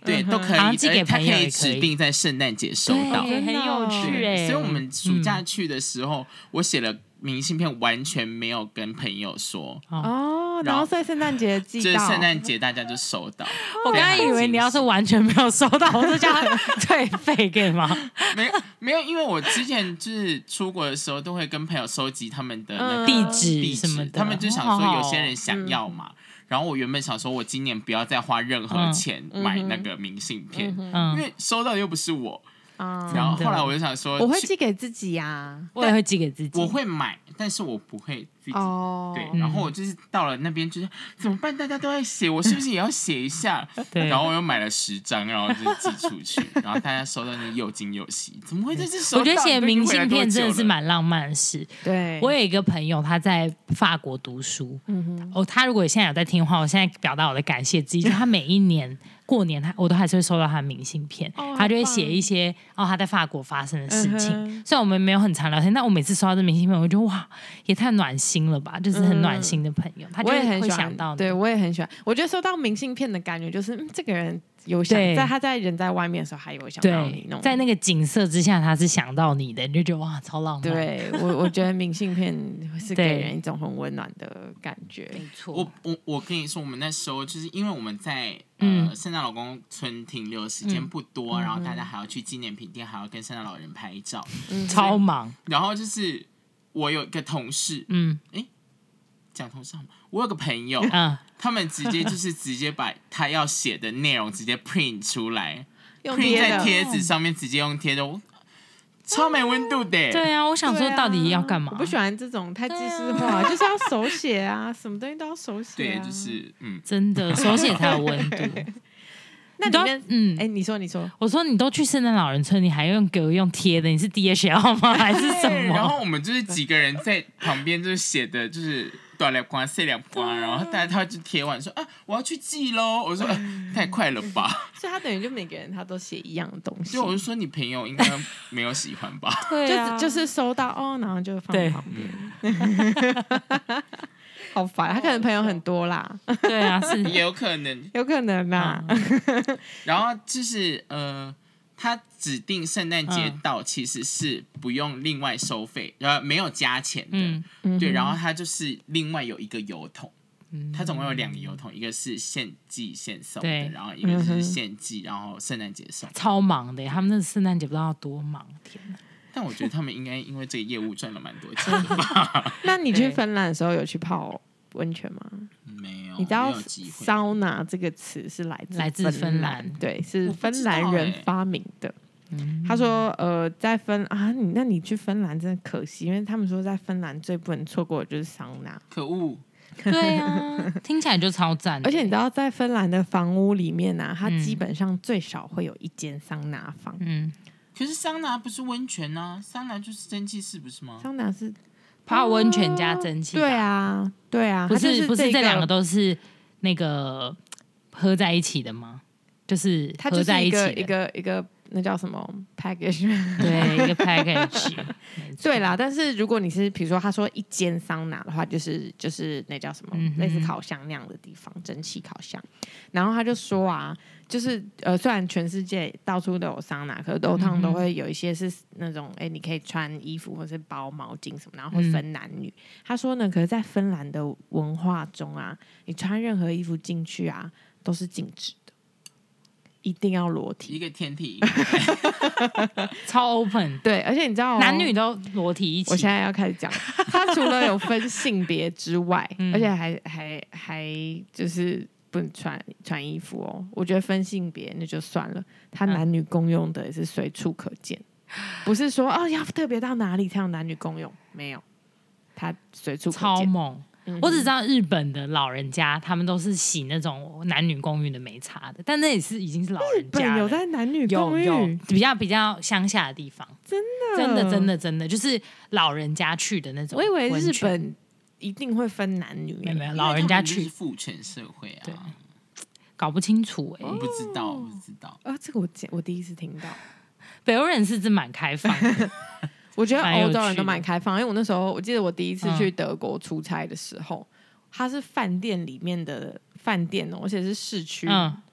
对，都可以， 寄给他可朋友也可以指定在圣诞节收到， 很有趣哎。 所以我们暑假去的时候，嗯、我写了明信片，完全没有跟朋友说哦，然后在圣诞节寄到， 就是圣诞节大家就收到。 我刚刚以为你要是完全没有收到，我就叫他退费给吗？ 没有没有，因为我之前就是出国的时候，都会跟朋友收集他们的那个地址什么的， 他们就想说有些人想要嘛。嗯，然后我原本想说，我今年不要再花任何钱买那个明信片，嗯、因为收到的又不是我。嗯、然后后来我就想说， 我会寄给自己啊， 我也会寄给自己。 我会买，但是我不会自己。哦、对，然后我就是到了那边，就是怎么办？大家都在写，我是不是也要写一下？对。然后我又买了十张，然后就寄出去，然后大家收到那又惊又喜。怎么会在这时候？ 我觉得写明信片真的是蛮浪漫的事。 对， 我有一个朋友，他在法国读书。嗯哼。哦，他如果现在有在听的话，我现在表达我的感谢之意，就是他每一年过年，他我都还是会收到他的明信片，哦、他就会写一些哦他在法国发生的事情。嗯、虽然我们没有很常聊天，但我每次收到这明信片，我就觉得哇，也太暖心了吧，就是很暖心的朋友。嗯、他就会想到你， 对我也很喜欢。我觉得收到明信片的感觉就是，嗯，这个人有想在他在人在外面的时候，还有想到你， 在那个景色之下，他是想到你的，你就觉得哇，超浪漫。 对我，我觉得明信片是给人一种很温暖的感觉。 没错， 我我我跟你说，我们那时候就是因为我们在。呃，圣诞老公村停留时间不多，嗯、然后大家还要去纪念品店，还要跟圣诞老人拍照， 嗯、超忙。 然后就是我有一个同事，嗯，哎，讲同事好吗？我有个朋友，嗯，他们直接就是直接把他要写的内容直接 print 出来 ，print 在贴纸上面，直接用贴的。超没温度的。 对啊，我想说到底要干嘛？ 我不喜欢这种太技师化，啊、就是要手写啊，什么东西都要手写、 啊。对，就是嗯， 真的手写才有温度。 那里面，嗯，哎，你说，你说， 我说你都去圣诞老人村，你还用给我用贴的？你是 D H L 吗？还是什么？ 然后我们就是几个人在旁边，就是写的，就是短两光、细两光，然后大家他就贴完说啊，我要去寄喽。我说、啊、太快了吧！ 所以他等于就每个人他都写一样的东西。 就我就说你朋友应该没有喜欢吧？ 对啊， 就就是收到哦，然后就放在旁边。好烦，他可能朋友很多啦。 对啊，是也有可能， 有可能啦。 嗯、然后就是呃，他指定圣诞节到其实是不用另外收费，然后没有加钱的，嗯、对。然后他就是另外有一个邮筒，嗯、他总共有两个邮筒，一个是现寄现送的，然后一个是现寄，然后圣诞节送。 超忙的，他们那圣诞节不知道多忙，天哪！ 但我觉得他们应该因为这个业务赚了蛮多钱的吧。 那你去芬兰的时候有去泡温泉吗？ 没有。 你知道桑拿这个词是来自来自芬兰， 对，是芬兰人发明的。嗯、他说呃，在芬啊，你那你去芬兰真的可惜，因为他们说在芬兰最不能错过的就是桑拿。 可恶。 对啊，听起来就超赞。 而且你知道，在芬兰的房屋里面啊，它基本上最少会有一间桑拿房。嗯。 可是桑拿不是温泉啊，桑拿就是蒸汽室，不是吗？ 桑拿是泡温泉加蒸汽、 哦。对啊，对啊， 不是、 这個、 不是这两个都是那个合在一起的吗？就是合在一起的， 它就是一个一个一个那叫什么 package？ 对，一个 package。 对啦，但是如果你是比如说他说一间桑拿的话，就是就是那叫什么、嗯、类似烤箱那样的地方，蒸汽烤箱。然后他就说啊。就是呃，虽然全世界到处都有桑拿，可是都通常都会有一些是那种，哎、欸，你可以穿衣服或是包毛巾什么，然后会分男女。嗯、他说呢，可是，在芬兰的文化中啊，你穿任何衣服进去啊，都是禁止的，一定要裸体， 一个天体， 超 open。 对，而且你知道、哦， 男女都裸体一起。 我现在要开始讲，他除了有分性别之外，嗯、而且还还还就是。不能穿穿衣服哦，我觉得分性别那就算了，他男女共用的也是随处可见，不是说哦要特别到哪里才有男女共用，没有，他随处可见。 超猛！嗯、我只知道日本的老人家他们都是洗那种男女共浴的没差的，但那也是已经是老人家了。 日本有在男女共浴， 有有比较比较乡下的地方， 真的真的真的真的就是老人家去的那种。 我以为日本。一定会分男女， 没有没有，老人家去父权社会啊， 对，搞不清楚哎、欸， 我不知道，我不知道啊，这个我我第一次听到。 北欧人是真蛮开放的， 我觉得欧洲人都蛮开放，因为我那时候我记得我第一次去德国出差的时候，嗯、它是饭店里面的饭店哦，而且是市区，嗯、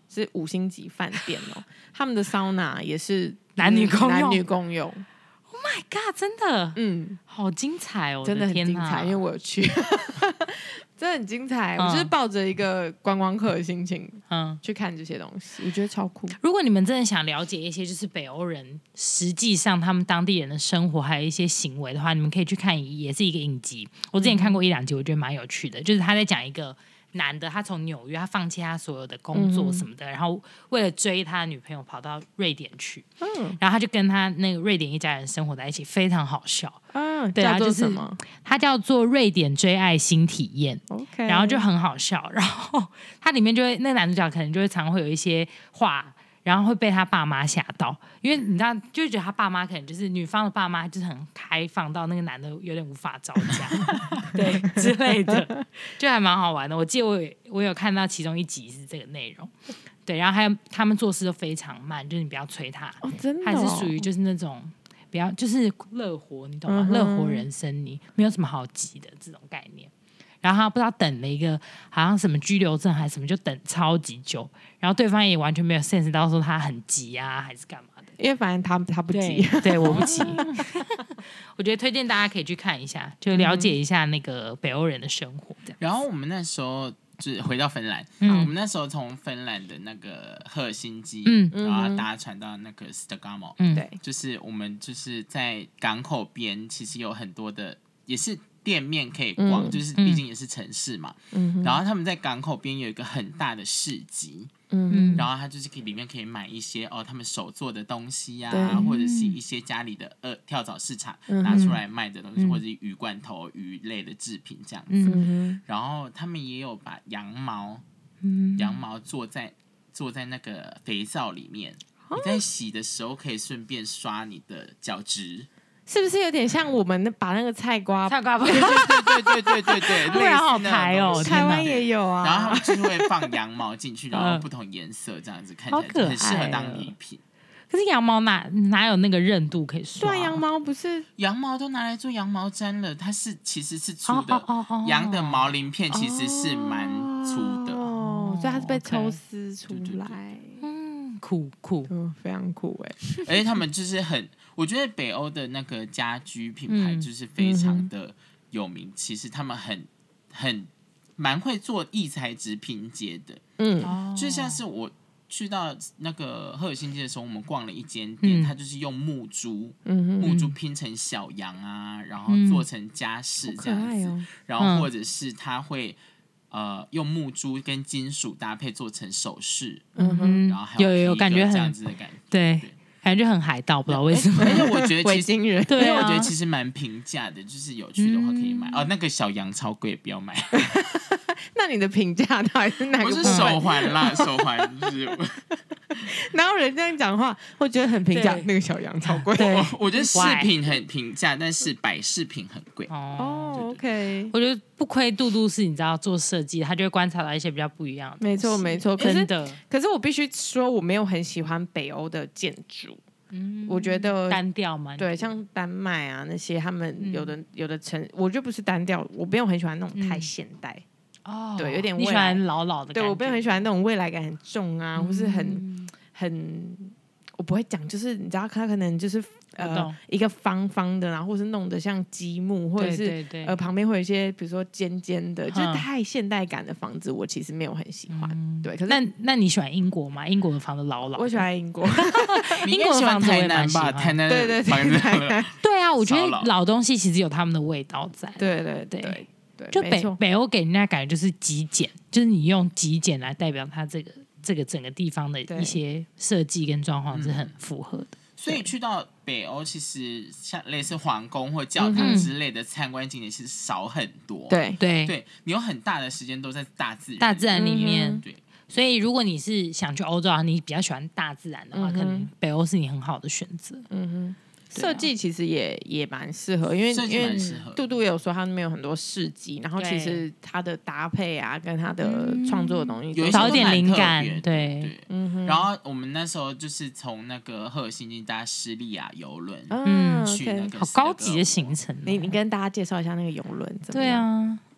是五星级饭店哦，他们的桑拿也是男女共用， 男女共用。 Oh my god！ 真的， 嗯， 好精彩哦， 真的很天精彩，因为我有去，真的很精彩。嗯、我就是抱着一个观光客的心情，嗯，去看这些东西，我觉得超酷。 如果你们真的想了解一些就是北欧人实际上他们当地人的生活，还有一些行为的话，你们可以去看，也是一个影集。我之前看过一两集，我觉得蛮有趣的，嗯、就是他在讲一个。男的，他从纽约，他放弃他所有的工作什么的，嗯、然后为了追他的女朋友跑到瑞典去，嗯、然后他就跟他那个瑞典一家人生活在一起，非常好笑。 嗯， 对啊， 叫做什么？ 他叫做瑞典追爱新体验。 OK， 然后就很好笑。然后他里面就会，那个男主角可能就会常会有一些话。然后会被他爸妈吓到，因为你知道，就觉得他爸妈可能就是女方的爸妈，就是很开放到那个男的有点无法招架，对之类的，就还蛮好玩的。我记得我有我有看到其中一集是这个内容，对，然后还有他们做事都非常慢，就是你不要催他， 哦，真的、哦， 还是属于就是那种比较就是乐活，你懂吗？乐、嗯、活人生，你没有什么好急的这种概念。然后他不知道等了一个好像什么居留证还是什么，就等超级久，然后对方也完全没有 sense 到说他很急啊还是干嘛的， 因为反正他他不急， 对，对我不急。我觉得推荐大家可以去看一下，就了解一下那个北欧人的生活这样。 然后我们那时候就是回到芬兰，嗯、我们那时候从芬兰的那个赫尔辛基，嗯、然后搭船到那个斯德哥尔摩， 嗯，对， 就是我们就是在港口边，其实有很多的也是。店面可以逛，嗯、就是毕竟也是城市嘛。嗯、然后他们在港口边有一个很大的市集，嗯、然后他就是可以里面可以买一些哦他们手做的东西啊，或者是一些家里的呃跳蚤市场拿出来卖的东西，嗯、或者是鱼罐头、鱼类的制品这样子。嗯、然后他们也有把羊毛，嗯、羊毛做在做在那个肥皂里面，哦、你在洗的时候可以顺便刷你的脚趾。 是不是有点像我们把那个菜瓜菜瓜布？ 对对对对对对对， 不然好台哦， 台湾也有啊。 然后他们就是会放羊毛进去，然后不同颜色这样子，看起来很适合当礼品。 可是羊毛哪哪有那个韧度可以刷？ 对，羊毛不是羊毛都拿来做羊毛毡了，它是其实是粗的，羊的毛鳞片其实是蛮粗的， 哦，所以它是被抽丝出来。 嗯，酷酷， 嗯，非常酷哎！ 而且他们就是很。我觉得北欧的那个家居品牌就是非常的有名，嗯、其实他们很很蛮会做异材质拼接的，嗯，就像是我去到那个赫尔辛基的时候，我们逛了一间店，嗯、它就是用木珠，嗯、木珠拼成小羊啊，然后做成家饰这样子，嗯、然后或者是它会呃用木珠跟金属搭配做成首饰，嗯哼，然后还有有有感觉很这样子的感觉， 对。对感觉就很海盗，不知道为什么。 而且我觉得其实， 人对、啊，我觉得其实蛮平价的，就是有趣的话可以买。嗯、哦，那个小羊超贵，不要买。 那你的评价到底是哪个？ 我是手环啦，手环就是。 哪有人这样讲话？我觉得很平价，那个小羊超贵。 我我觉得饰品很平价，但是摆饰品很贵。 哦 ，OK。 我觉得不亏杜杜是，你知道做设计，他就会观察到一些比较不一样的。 没错，没错。 真的。 可是我必须说，我没有很喜欢北欧的建筑。嗯，我觉得单调嘛。 对，像丹麦啊那些，他们有的、嗯、有的城，我就不是单调，我没有很喜欢那种太现代。嗯哦， 对，有点未来你喜欢老老的感觉， 对我不很喜欢那种未来感很重啊，嗯、或是很很，我不会讲，就是你知道，它可能就是呃一个方方的，然后或是弄得像积木，或者是对对对呃旁边会有一些比如说尖尖的，就是太现代感的房子，我其实没有很喜欢。嗯、对，可是那那你喜欢英国吗？英国的房子老老的， 我喜欢英国， 英国的房子我也蛮喜欢，台南对对对台南对啊，我觉得老东西其实有他们的味道在， 对对对。 对就北北欧给人家感觉就是极简，就是你用极简来代表它这个这个整个地方的一些设计跟状况是很符合的。嗯、 所以去到北欧，其实像类似皇宫或教堂之类的参观景点其实少很多。 对对对，你有很大的时间都在大自然大自然里面。 对， 所以如果你是想去欧洲啊，你比较喜欢大自然的话，嗯、可能北欧是你很好的选择。嗯哼。 设计其实也也蛮适合，因为因为杜杜也有说他们有很多市集，然后其实它的搭配啊，跟他的创作的东西， 有找一点灵感， 对对， 嗯。然后我们那时候就是从那个赫尔辛基搭施利亚邮轮， 嗯， 去那个好高级的行程。 你你跟大家介绍一下那个邮轮怎么样？ 对啊。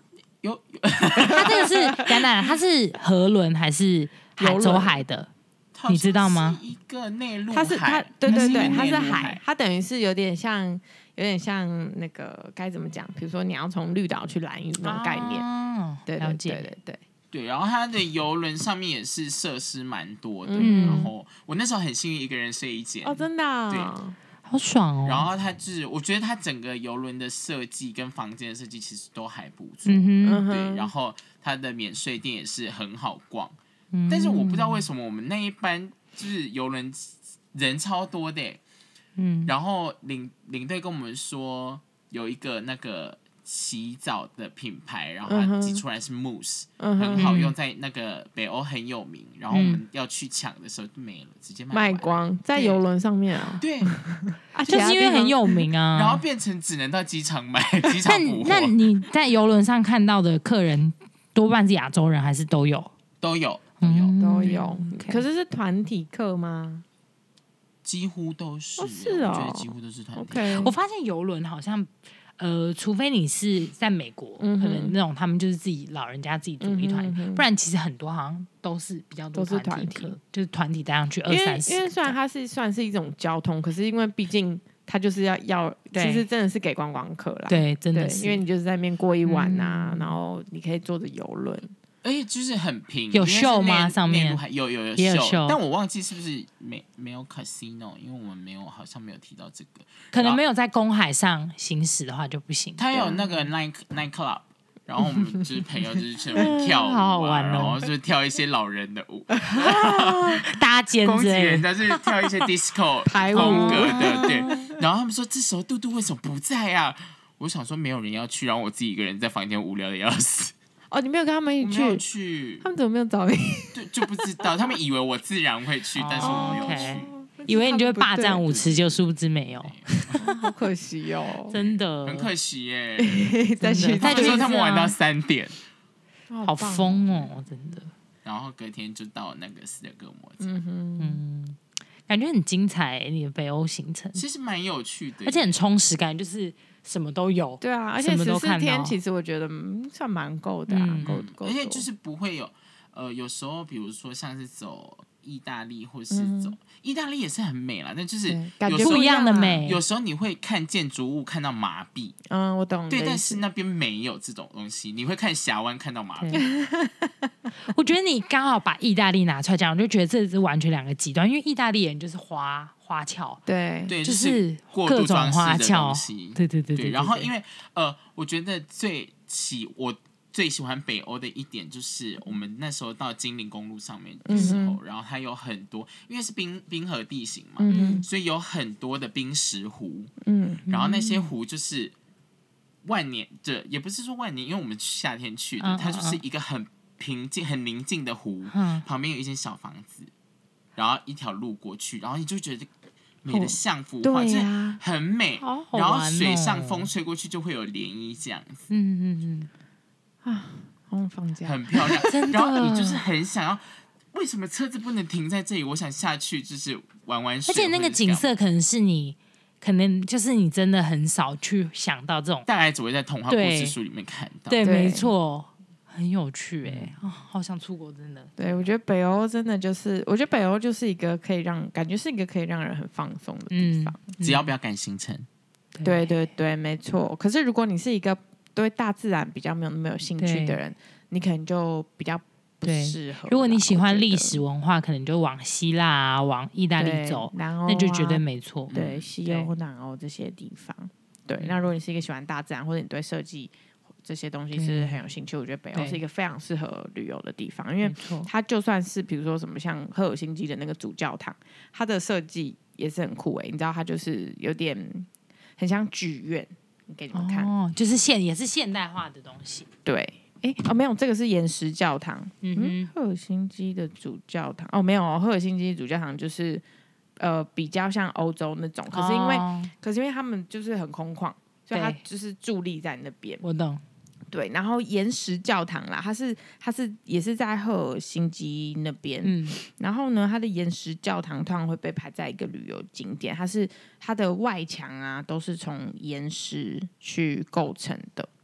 有， 它这个是等等，它是河轮还是海走海的？你知道吗？ 一个内陆海， 它是它，对对对，它是海， 海，它等于是有点像，有点像那个该怎么讲？比如说你要从绿岛去兰屿那种概念。 哦， 对对对对对对。然后它的游轮上面也是设施蛮多的， 嗯、 然后我那时候很幸运一个人睡一间哦，真的、哦， 对， 好爽哦。 然后它是，我觉得它整个游轮的设计跟房间的设计其实都还不错， 嗯哼， 对。然后它的免税店也是很好逛， 嗯、 但是我不知道为什么我们那一班就是游轮人超多的，嗯，然后领领队跟我们说有一个那个洗澡的品牌，然后它挤出来是 mousse，、嗯、很好用，在那个北欧很有名。然后我们要去抢的时候就没了，直接 卖, 卖光，在游轮上面啊。 对， 啊，就是因为很有名啊， 然后变成只能到机场买，机场补货。 那你在游轮上看到的客人多半是亚洲人还是都有？ 都有，都有， 嗯、都有。 Okay. 可是是团体客吗？ 几乎都是， 哦是哦， 我觉得几乎都是团体。 Okay. 我发现游轮好像。呃，除非你是在美国，嗯、可能那种他们就是自己老人家自己组一团、嗯，不然其实很多好像都是比较多团体客，就是团体带上去二三十。 因为虽然它是算是一种交通，可是因为毕竟它就是要要，其实真的是给观光客啦。 对，真的是， 因为你就是在那边过一晚啊、嗯，然后你可以坐着游轮。 而且就是很平， 有秀吗？上面有有有 show, 有秀，但我忘记是不是没没有 casino， 因为我们没有好像没有提到这个， 可能没有在公海上行驶的话就不行。 它有那个 night night club， 然后我们就是朋友就是去那边跳舞、啊， 好好玩哦， 然后就跳一些老人的舞， 搭肩攻击人家，就是跳一些 disco 风格的，对。然后他们说这时候杜杜为什么不在啊？我想说没有人要去，然后我自己一个人在房间无聊的要死。 哦，你没有跟他们一起去？ 去， 他们怎么没有找你？ 就就不知道，他们以为我自然会去，但是我没有去， okay. 以为你就会霸占舞池，就殊不知没有， 好可惜哦， 真的很可惜耶。 再去， 再去，他们玩到三点， 好疯哦，真的。 然后隔天就到那个斯德哥尔摩， 嗯哼，嗯，感觉很精彩，你的北欧行程其实蛮有趣的， 而且很充实，感觉就是什么都有。 对啊，而且十四天其实我觉得、嗯、算蛮够的、啊，够、嗯、够。 而且就是不会有呃，有时候比如说像是走意大利或是走、嗯、意大利也是很美啦，但就是有不一样的美。 有时候你会看建筑物看到麻痹， 嗯，我懂。 对，但是那边没有这种东西，你会看峡湾看到麻痹。 我觉得你刚好把意大利拿出来讲，我就觉得这是完全两个极端，因为意大利人就是花花俏， 对对， 就是各种花俏，对对对, 对, 对, 对。 然后因为呃，我觉得最喜我最喜欢北欧的一点就是我们那时候到精灵公路上面的时候，嗯、然后它有很多，因为是冰冰河地形嘛、嗯，所以有很多的冰石湖，嗯，然后那些湖就是万年，这也不是说万年，因为我们夏天去的，嗯、它就是一个很平静、很宁静的湖，嗯、旁边有一间小房子，然后一条路过去，然后你就觉得美的像幅画，就是很美， 哦、 然后水上风吹过去就会有涟漪这样子， 嗯嗯嗯。 啊，好想放假， 很漂亮。然后你就是很想要，为什么车子不能停在这里？我想下去，就是玩玩水。 而且那个景色可能是你，可能就是你真的很少去想到这种， 大概只会在童话故事书里面看到。 对，对没错，很有趣哎、欸，哦，好想出国，真的。 对，我觉得北欧真的就是，我觉得北欧就是一个可以让感觉是一个可以让人很放松的地方， 嗯、只要不要赶行程。 对对对，没错。可是如果你是一个对大自然比较没有那么有兴趣的人，你可能就比较不适合。 如果你喜欢历史文化，可能就往希腊啊、往意大利走， 南欧、啊、 那就绝对没错。 对，西欧、南欧这些地方。对，那如果你是一个喜欢大自然，或者你对设计这些东西是很有兴趣，我觉得北欧是一个非常适合旅游的地方，因为它就算是比如说什么像赫尔辛基的那个主教堂，它的设计也是很酷诶、欸。你知道，它就是有点很像剧院。给你们看， 哦，就是现也是现代化的东西。 对，哎，哦，没有，这个是岩石教堂。嗯哼，赫尔辛基的主教堂，哦，没有哦，赫尔辛基主教堂就是呃比较像欧洲那种，可是因为、哦、可是因为他们就是很空旷，所以它就是伫立在那边。 我懂。 对，然后岩石教堂啦，它是它是也是在赫尔辛基那边，嗯，然后呢，它的岩石教堂通常会被排在一个旅游景点，它是它的外墙啊都是从岩石去构成的，就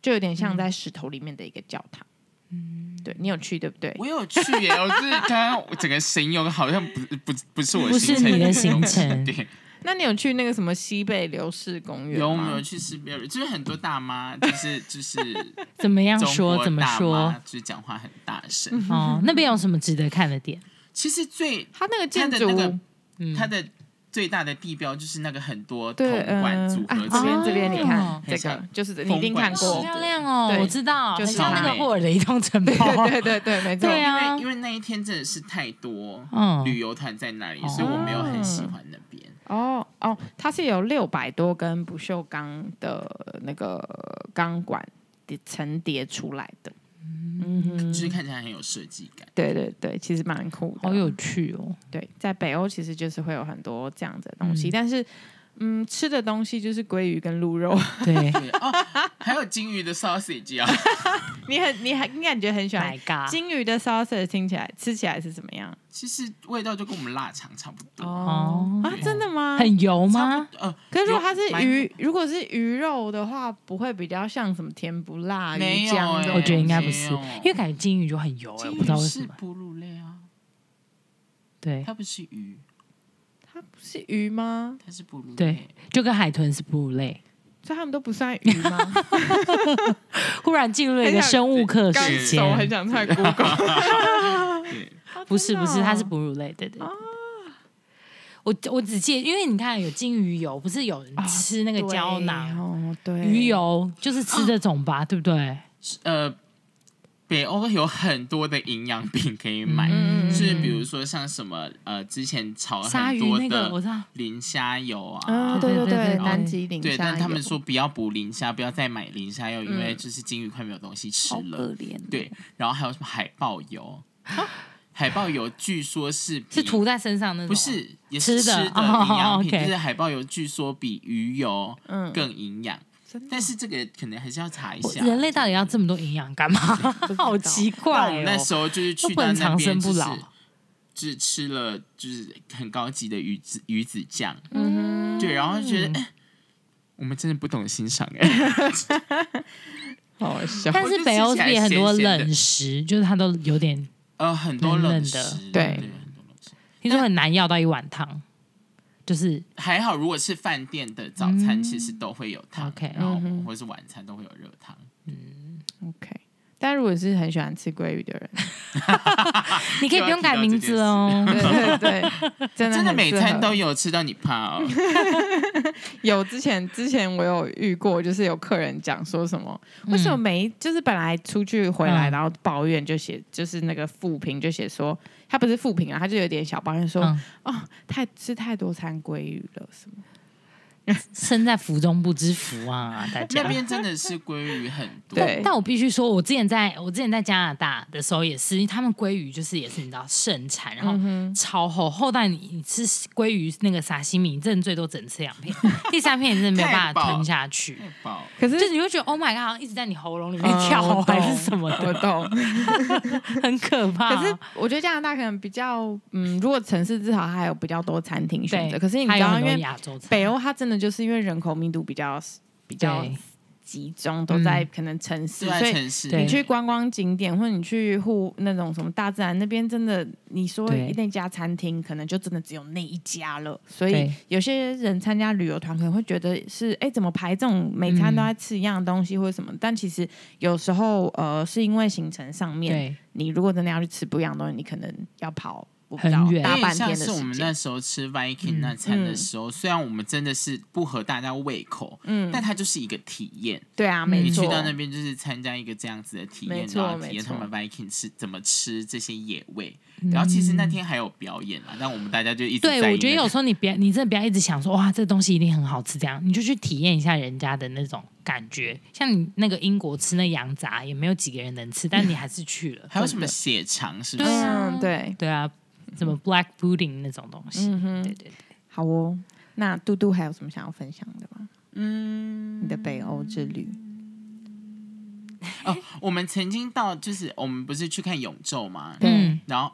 就有点像在石头里面的一个教堂。嗯，对，你有去对不对？ 我有去耶，我是刚刚我整个神游好像不不不是我的行程， 不是你的行程。 对， 那你有去那个什么西北刘氏公园吗？ 有，我们有去西北，就是很多大妈，就是就是怎么样说？怎么说？ 就是讲话很大声。 哦，那边有什么值得看的点？ 其实最它那个建筑， 它的那个嗯它的最大的地标就是那个很多铜管组合起来、 呃啊、这边这边你看、 哦、 这个就是你一定看过， 好漂亮哦，我知道， 就是很像那个霍尔的移动城堡， 对对对对，没错， 对啊， 因为因为那一天真的是太多旅游团在那里、嗯，所以我没有很喜欢那边。 哦哦，它是有六百多根不锈钢的那个钢管层叠出来的。 嗯哼，就是看起来很有设计感。 对对对，其实蛮酷的， 好有趣哦。 对，在北欧其实就是会有很多这样子的东西，嗯、但是嗯，吃的东西就是鲑鱼跟鹿肉。 对, 对哦，还有金鱼的 sausage 啊。 你很你很你感觉很喜欢 ，My 金鱼的 sausage， 听起来吃起来是怎么样？ 其实味道就跟我们腊肠差不多。 哦啊，真的吗？ 很油吗？ 呃， 可是如果它是鱼，如果是鱼肉的话，不会比较像什么甜不辣鱼浆的？ 我觉得应该不是，因为感觉金鱼就很油哎、欸，我不知道为什么。 是哺乳类啊， 对， 它不是鱼。 它不是鱼吗？ 它是哺乳类， 对，就跟海豚是哺乳类， 所以他们都不算鱼吗？ 忽然进入了一个生物课时间， 我很想猜 Google。 不是不是，它是哺乳类，对对。哦、我我只记得，因为你看有金鱼油，不是有人吃那个胶囊， 哦、对， 鱼油就是吃这种吧，哦、对不对？ 呃。北欧有很多的营养品可以买，嗯、是比如说像什么呃，之前炒很多的磷虾油啊， 嗯、对对对，南极磷虾油。 对，但他们说不要补磷虾，不要再买磷虾油，嗯、因为就是金鱼快没有东西吃了。 好可怜。 对，然后还有什么海豹油？海豹油据说是是涂在身上那种， 不是也是吃的营养品，就是海豹油据说比鱼油更营养。但是这个可能还是要查一下， 人类到底要这么多营养干嘛？好奇怪哦！ 我们那时候就是去到那边，就是就是吃了就是很高级的鱼子鱼子酱，嗯，对，然后觉得、欸、我们真的不懂欣赏哎、欸， 好笑。 但是北欧这边很多冷食，就是它都有点呃很多冷食， 对， 听说很难要到一碗汤。就是还好，如果是饭店的早餐，嗯、其实都会有汤， okay, 然后或者是晚餐都会有热汤。 嗯 ，OK。但如果是很喜欢吃鲑鱼的人， 你可以不用改名字哦。 对对对，真的真的每餐都有吃到你怕哦。 有之前之前我有遇过，就是有客人讲说什么，为什么没就是本来出去回来，然后抱怨就写就是那个负评就写说，他不是负评啊，他就有点小抱怨说，嗯、哦，太吃太多餐鲑鱼了什么。 身在福中不知福啊！大家那边真的是鲑鱼很多， 但但我必须说，我之前在我之前在加拿大的时候也是，他们鲑鱼就是也是你知道盛产，然后超厚厚到你你吃鲑鱼那个沙西米，你真的最多只能吃两片，第三片你真的没有办法吞下去。可是就是你会觉得 Oh my God， 好像一直在你喉咙里面跳、嗯、还是什么的， 我懂， 很可怕。 可是我觉得加拿大可能比较嗯，如果城市至少它还有比较多餐厅选择，可是你知道因为北欧它真的就是因为人口密度比较比较集中，都在可能城市， 嗯、 所以你去观光景点或者你去户那种什么大自然那边，真的你说那家餐厅可能就真的只有那一家了。所以有些人参加旅游团可能会觉得是哎，怎么排这种每餐都在吃一样的东西或者什么？嗯、但其实有时候呃，是因为行程上面，你如果真的要去吃不一样的东西，你可能要跑。 很远， 大半天的时间。 像是我们那时候吃 Viking 那餐的时候，嗯、虽然我们真的是不合大家胃口，嗯，但它就是一个体验。 对啊，没错。 你去到那边就是参加一个这样子的体验，然后体验他们 Viking 是怎么吃这些野味。嗯、然后其实那天还有表演啊，但我们大家就一直在、那個。 对，我觉得有时候你别，你真的不要一直想说哇，这个东西一定很好吃，这样你就去体验一下人家的那种感觉。像你那个英国吃那羊杂，也没有几个人能吃，但你还是去了。 还有什么血肠？是不是？ 对啊， 对对啊。什么 black pudding 那种东西，嗯哼，对对对， 好哦。那嘟嘟还有什么想要分享的吗？嗯，你的北欧之旅。 哦，我们曾经到，就是我们不是去看永昼吗？ 嗯， 然后哎，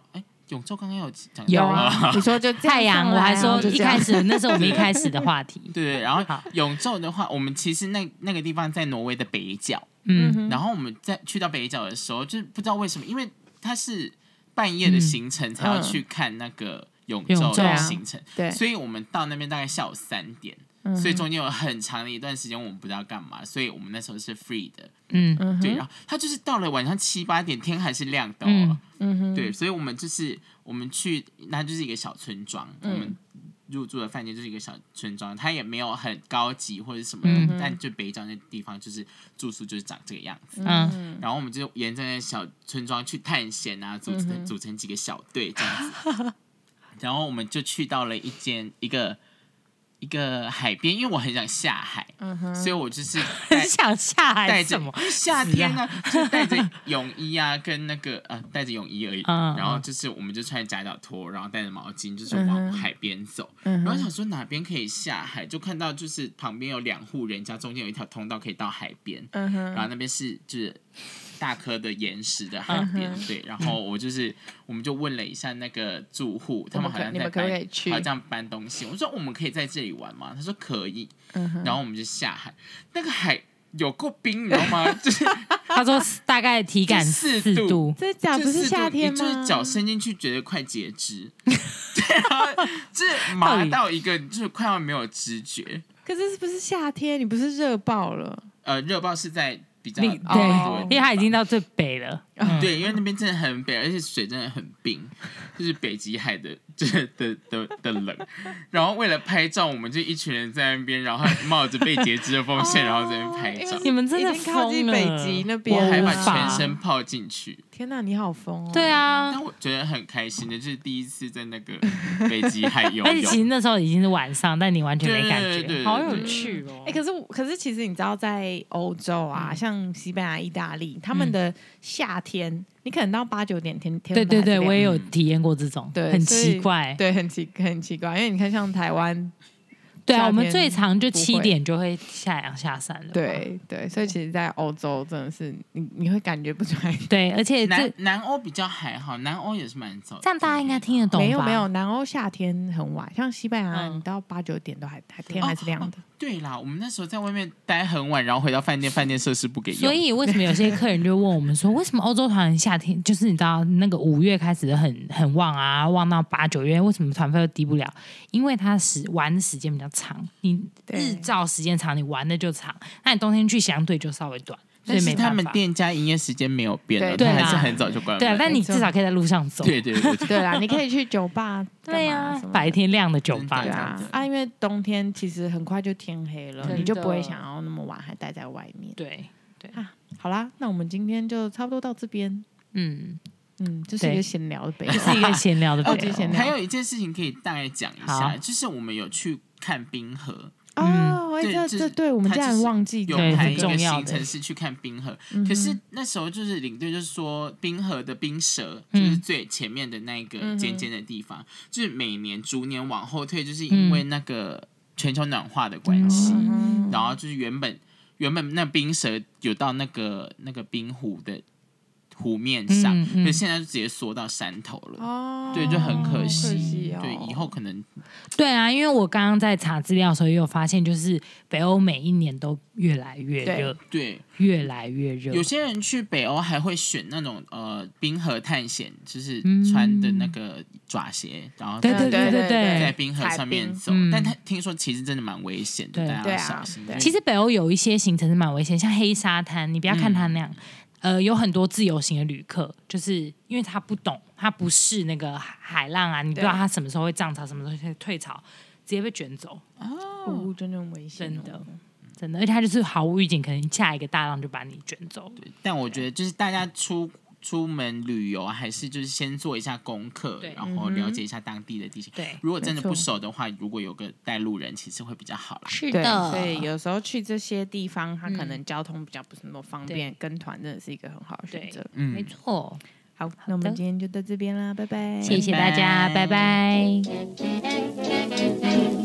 永州刚刚有讲有啊，你说就太阳，我还说一开始那是我们一开始的话题。 对，然后永州的话，我们其实那那个地方在挪威的北角， 嗯， 然后我们在去到北角的时候，就是不知道为什么，因为它是半夜的行程才要去看那个永州的行程， 对， 所以我们到那边大概下午三点。所以中间有很长的一段时间我们不知道干嘛，所以我们那时候是 free 的， 嗯， 对，然后他就是到了晚上七八点，天还是亮的哦， 嗯对，所以我们就是我们去，那就是一个小村庄，嗯、我们入住的饭店就是一个小村庄，它也没有很高级或者什么的，嗯、但就北角那地方就是住宿就是长这个样子，嗯，然后我们就沿着那小村庄去探险啊，组成、嗯、组成几个小队这样子，然后我们就去到了一间一个。一个海边，因为我很想下海，嗯、所以我就是很想下海， 带着夏天呢、啊，就是带着泳衣啊，跟那个呃，带着泳衣而已。嗯、然后就是我们就穿夹脚拖，然后带着毛巾，就是往海边走。嗯、然后想说哪边可以下海，就看到就是旁边有两户人家，中间有一条通道可以到海边。嗯、然后那边是就是大颗的岩石的海边，嗯、对。然后我就是我们就问了一下那个住户，他们好像在搬，好像搬东西。我说我们可以在这里玩吗？他说可以。嗯、然后我们就下海，那个海有够冰，你知道吗？就是他说大概体感四度， 这脚不是夏天吗？ 就是脚伸进去觉得快截肢，对啊，就是麻到一个就是快要没有知觉。 可是不是夏天，你不是热爆了？ 呃，热爆是在。比较对，哦、因为它已经到最北了。 嗯、对，因为那边真的很北，而且水真的很冰，就是北极海的的的的的冷。然后为了拍照，我们就一群人在那边，然后冒着被截肢的风险，哦、然后在那边拍照。 你们真的靠近北极那边， 我还把全身泡进去。 天哪，你好疯哦！ 对啊， 但我觉得很开心的，就是第一次在那个北极海游泳。 而且其实那时候已经是晚上，但你完全没感觉， 对对对对好有趣哦！ 哎、欸，可是可是其实你知道，在欧洲啊，嗯、像西班牙、意大利，他们的夏天，嗯、你可能到八九点天天。 对对对，我也有体验过这种，对，很奇怪， 对，很奇很奇怪，因为你看像台湾。 对啊，我们最长就七点就会下阳下山了。 对对，所以其实，在欧洲真的是你你会感觉不出来。 对，而且南南欧比较还好，南欧也是蛮早的。 这样大家应该听得懂吧？ 没有没有，南欧夏天很晚，像西班牙，嗯、你到八九点都还还天还是亮的。 哦哦对啦，我们那时候在外面待很晚，然后回到饭店，饭店设施不给用。 所以为什么有些客人就问我们说，为什么欧洲团夏天就是你知道那个五月开始的很很旺啊，旺到八九月，为什么团费又低不了？因为它时玩的时间比较长，你日照时间长，你玩的就长，那你冬天去相对就稍微短。 但是他们店家营业时间没有变了， 对他还是很早就关门。 对啊，但你至少可以在路上走。 对对对对啦，你可以去酒吧， 对啊，白天亮的酒吧， 对啊啊，因为冬天其实很快就天黑了，你就不会想要那么晚还待在外面。 对对啊，好啦，那我们今天就差不多到这边。嗯嗯，这是一个闲聊的北欧， 这是一个闲聊的北欧。 还有一件事情可以大概讲一下，就是我们有去看冰河。 哦，我这这对我们竟然忘记有排一个行程是去看冰河，可是那时候就是领队就是说冰河的冰舌就是最前面的那个尖尖的地方，嗯、就是每年逐年往后退，就是因为那个全球暖化的关系，嗯、然后就是原本原本那冰舌有到那个那个冰湖的。湖面上，嗯嗯、可是现在就直接缩到山头了，哦、对，就很可惜。 可惜哦、 对，以后可能对啊，因为我刚刚在查资料的时候也有发现，就是北欧每一年都越来越热， 对， 越来越热。 有些人去北欧还会选那种呃冰河探险，就是穿的那个爪鞋，然后对对对对对， 在冰河上面走。嗯、但他听说其实真的蛮危险的，大家要小心。 其实北欧有一些行程是蛮危险，像黑沙滩，你不要看它那样。嗯呃，有很多自由行的旅客，就是因为他不懂，他不是那个海浪啊，你不知道他什么时候会涨潮，什么时候会退潮，直接被卷走。 哦，真的很危险、 哦，真的，真的，而且他就是毫无预警，可能下一个大浪就把你卷走。 对，但我觉得就是大家出出门旅游，还是就是先做一下功课，然后了解一下当地的地形。 对， 如果真的不熟的话，如果有个带路人，其实会比较好啦。 是的， 所以有时候去这些地方，它可能交通比较不是那么方便，嗯、跟团真的是一个很好的选择。 嗯，没错。 好，那我们今天就到这边啦，拜拜， 谢谢大家，拜拜。拜拜